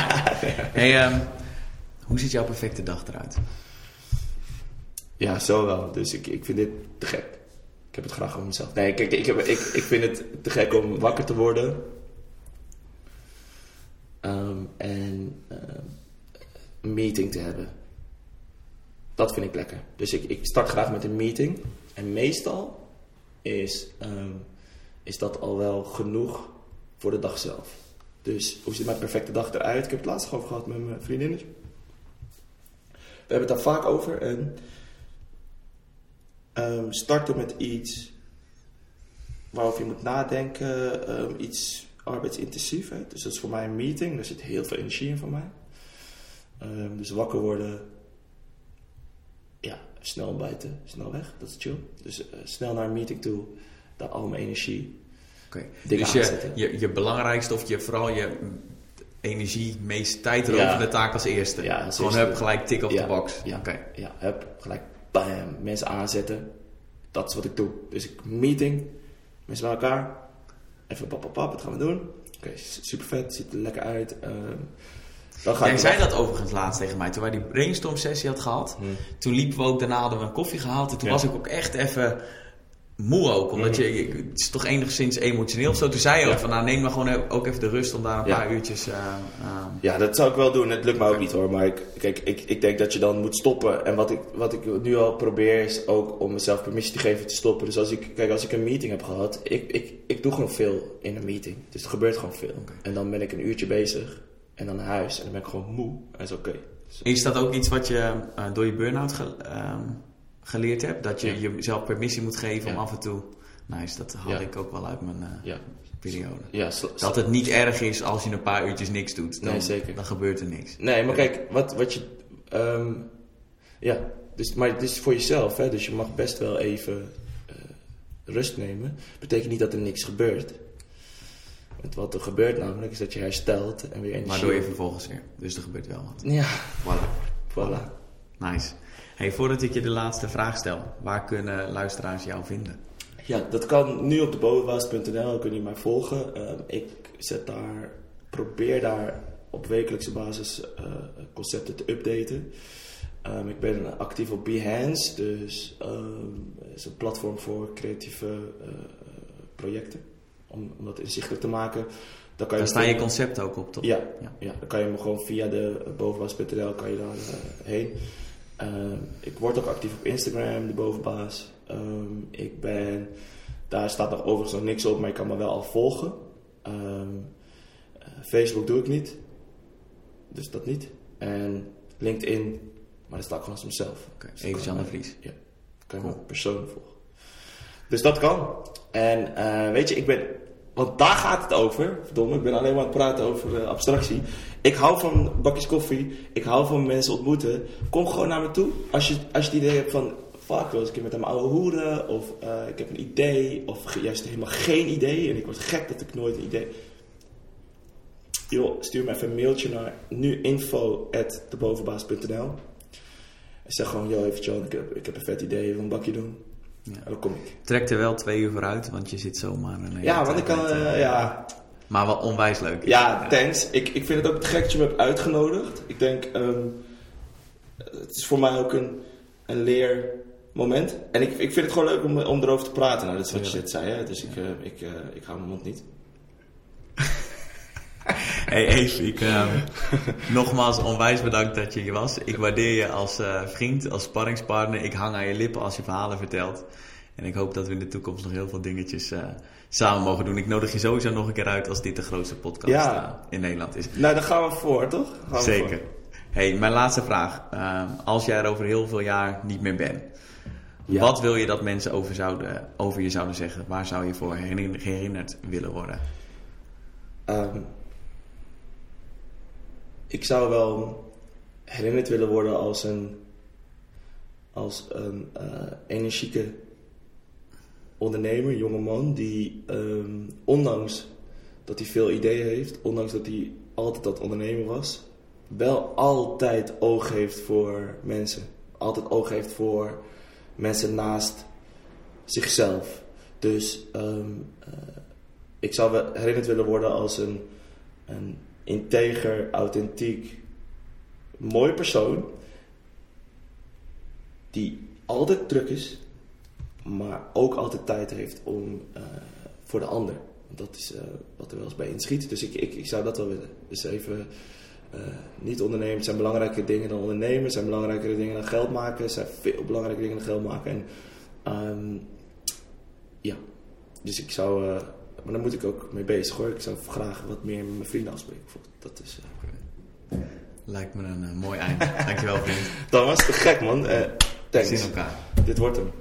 B: Hoe ziet jouw perfecte dag eruit?
A: Ja, zo wel. Dus ik vind dit te gek. Ik heb het graag over mezelf. Nee, kijk, ik vind het te gek om wakker te worden. En een meeting te hebben. Dat vind ik lekker. Dus ik start graag met een meeting. En meestal is dat al wel genoeg voor de dag zelf. Dus hoe ziet mijn perfecte dag eruit? Ik heb het laatst over gehad met mijn vriendinnetje. We hebben het daar vaak over. En starten met iets waarover je moet nadenken. Iets arbeidsintensief. Hè? Dus dat is voor mij een meeting. Daar zit heel veel energie in voor mij. Dus wakker worden. Ja, snel ontbijten. Snel weg. Dat is chill. Dus snel naar een meeting toe. Daar al mijn energie.
B: Okay. Dus je belangrijkste of vooral je energie, meest tijdrovende taak als eerste.
A: Ja, als
B: gewoon
A: eerste.
B: gelijk tick off the box.
A: Ja, gelijk bam, mensen aanzetten. Dat is wat ik doe. Dus meeting, mensen bij elkaar. Even pap, wat gaan we doen? Oké, super vet, ziet er lekker uit.
B: Jij zei dat overigens laatst tegen mij. Toen wij die brainstorm sessie hadden gehad. Toen liepen we ook daarna, hadden we een koffie gehaald. En toen was ik ook echt even moe ook. Omdat het is toch enigszins emotioneel of zo. Toen zei je ook van, neem maar gewoon ook even de rust om daar een paar uurtjes...
A: Ja, dat zou ik wel doen. Het lukt me ook niet hoor. Maar ik denk dat je dan moet stoppen. En wat ik nu al probeer is ook om mezelf permissie te geven te stoppen. Dus als ik een meeting heb gehad. Ik doe gewoon veel in een meeting. Dus er gebeurt gewoon veel. Okay. En dan ben ik een uurtje bezig. En dan naar huis. En dan ben ik gewoon moe. En dat is oké.
B: Is dat ook iets wat je door je burn-out geleerd hebt? Dat je jezelf permissie moet geven om af en toe... Nice, dat haal ik ook wel uit mijn periode. Ja, dat het niet erg is als je een paar uurtjes niks doet. Dan gebeurt er niks.
A: Nee, maar kijk, wat je... maar het is voor jezelf. Hè? Dus je mag best wel even rust nemen. Betekent niet dat er niks gebeurt. Want wat er gebeurt namelijk is dat je herstelt en weer energie...
B: Maar doe je vervolgens weer. Dus er gebeurt wel wat.
A: Ja.
B: Voilà. Nice. Hey, voordat ik je de laatste vraag stel. Waar kunnen luisteraars jou vinden?
A: Ja, dat kan nu op debovenbaas.nl. Kun je mij volgen. Ik probeer daar op wekelijkse basis concepten te updaten. Ik ben actief op Behance. Dus het is een platform voor creatieve projecten. Om dat inzichtelijk te maken.
B: Daar staan je concepten ook op, toch?
A: Ja, dan kan je me gewoon via de bovenbaas.nl kan je daar heen. Ik word ook actief op Instagram, de bovenbaas. Daar staat nog overigens nog niks op, maar je kan me wel al volgen. Facebook doe ik niet. Dus dat niet. En LinkedIn, maar dat staat gewoon als mezelf.
B: Okay, even Jan de Vries.
A: Ja, kan je me persoonlijk volgen. Dus dat kan. En weet je, want daar gaat het over. Verdomme, ik ben alleen maar aan het praten over abstractie. Ik hou van bakjes koffie. Ik hou van mensen ontmoeten. Kom gewoon naar me toe. Als je het idee hebt van... Fuck, wil eens een keer met hem ouwe hoeren. Of ik heb een idee. Of juist helemaal geen idee. En ik word gek dat ik nooit een idee... Joh, stuur me even een mailtje naar info@debovenbaas.nl. En zeg gewoon... Yo, even John, ik heb een vet idee. Ik wil een bakje doen. Ja. En dan kom ik.
B: Trek er wel 2 uur vooruit, want je zit zomaar...
A: want ik kan...
B: Maar wel onwijs leuk.
A: Ja, thanks. Ik vind het ook te gek dat je me hebt uitgenodigd. Ik denk... het is voor mij ook een leermoment. En ik vind het gewoon leuk om erover te praten. Nou, dat is wat je net zei, hè. Dus ik hou mijn mond niet.
B: Hey Eve, nogmaals onwijs bedankt dat je hier was. Ik waardeer je als vriend, als sparringspartner. Ik hang aan je lippen als je verhalen vertelt. En ik hoop dat we in de toekomst nog heel veel dingetjes samen mogen doen. Ik nodig je sowieso nog een keer uit als dit de grootste podcast in Nederland is.
A: Nou, daar gaan we voor, toch?
B: Zeker. Hey, mijn laatste vraag. Als jij er over heel veel jaar niet meer bent. Ja. Wat wil je dat mensen over je zouden zeggen? Waar zou je voor herinnerd willen worden?
A: Ik zou wel herinnerd willen worden als een energieke ondernemer, jongeman, die ondanks dat hij veel ideeën heeft, ondanks dat hij altijd dat ondernemer was, wel altijd oog heeft voor mensen. Altijd oog heeft voor mensen naast zichzelf. Dus ik zou wel herinnerd willen worden als een integer, authentiek, mooi persoon die altijd druk is, maar ook altijd tijd heeft om voor de ander. Dat is wat er wel eens bij inschiet. Dus ik zou dat wel willen. Dus even niet ondernemen. Het zijn belangrijke dingen dan ondernemen. Het zijn belangrijkere dingen dan geld maken. Het zijn veel belangrijke dingen dan geld maken. En dus ik zou... maar daar moet ik ook mee bezig hoor. Ik zou graag wat meer met mijn vrienden afspreken. Dat is...
B: Lijkt me een mooi eind. Dankjewel vriend.
A: Dat was te gek man. Thanks.
B: We zien elkaar.
A: Dit wordt hem.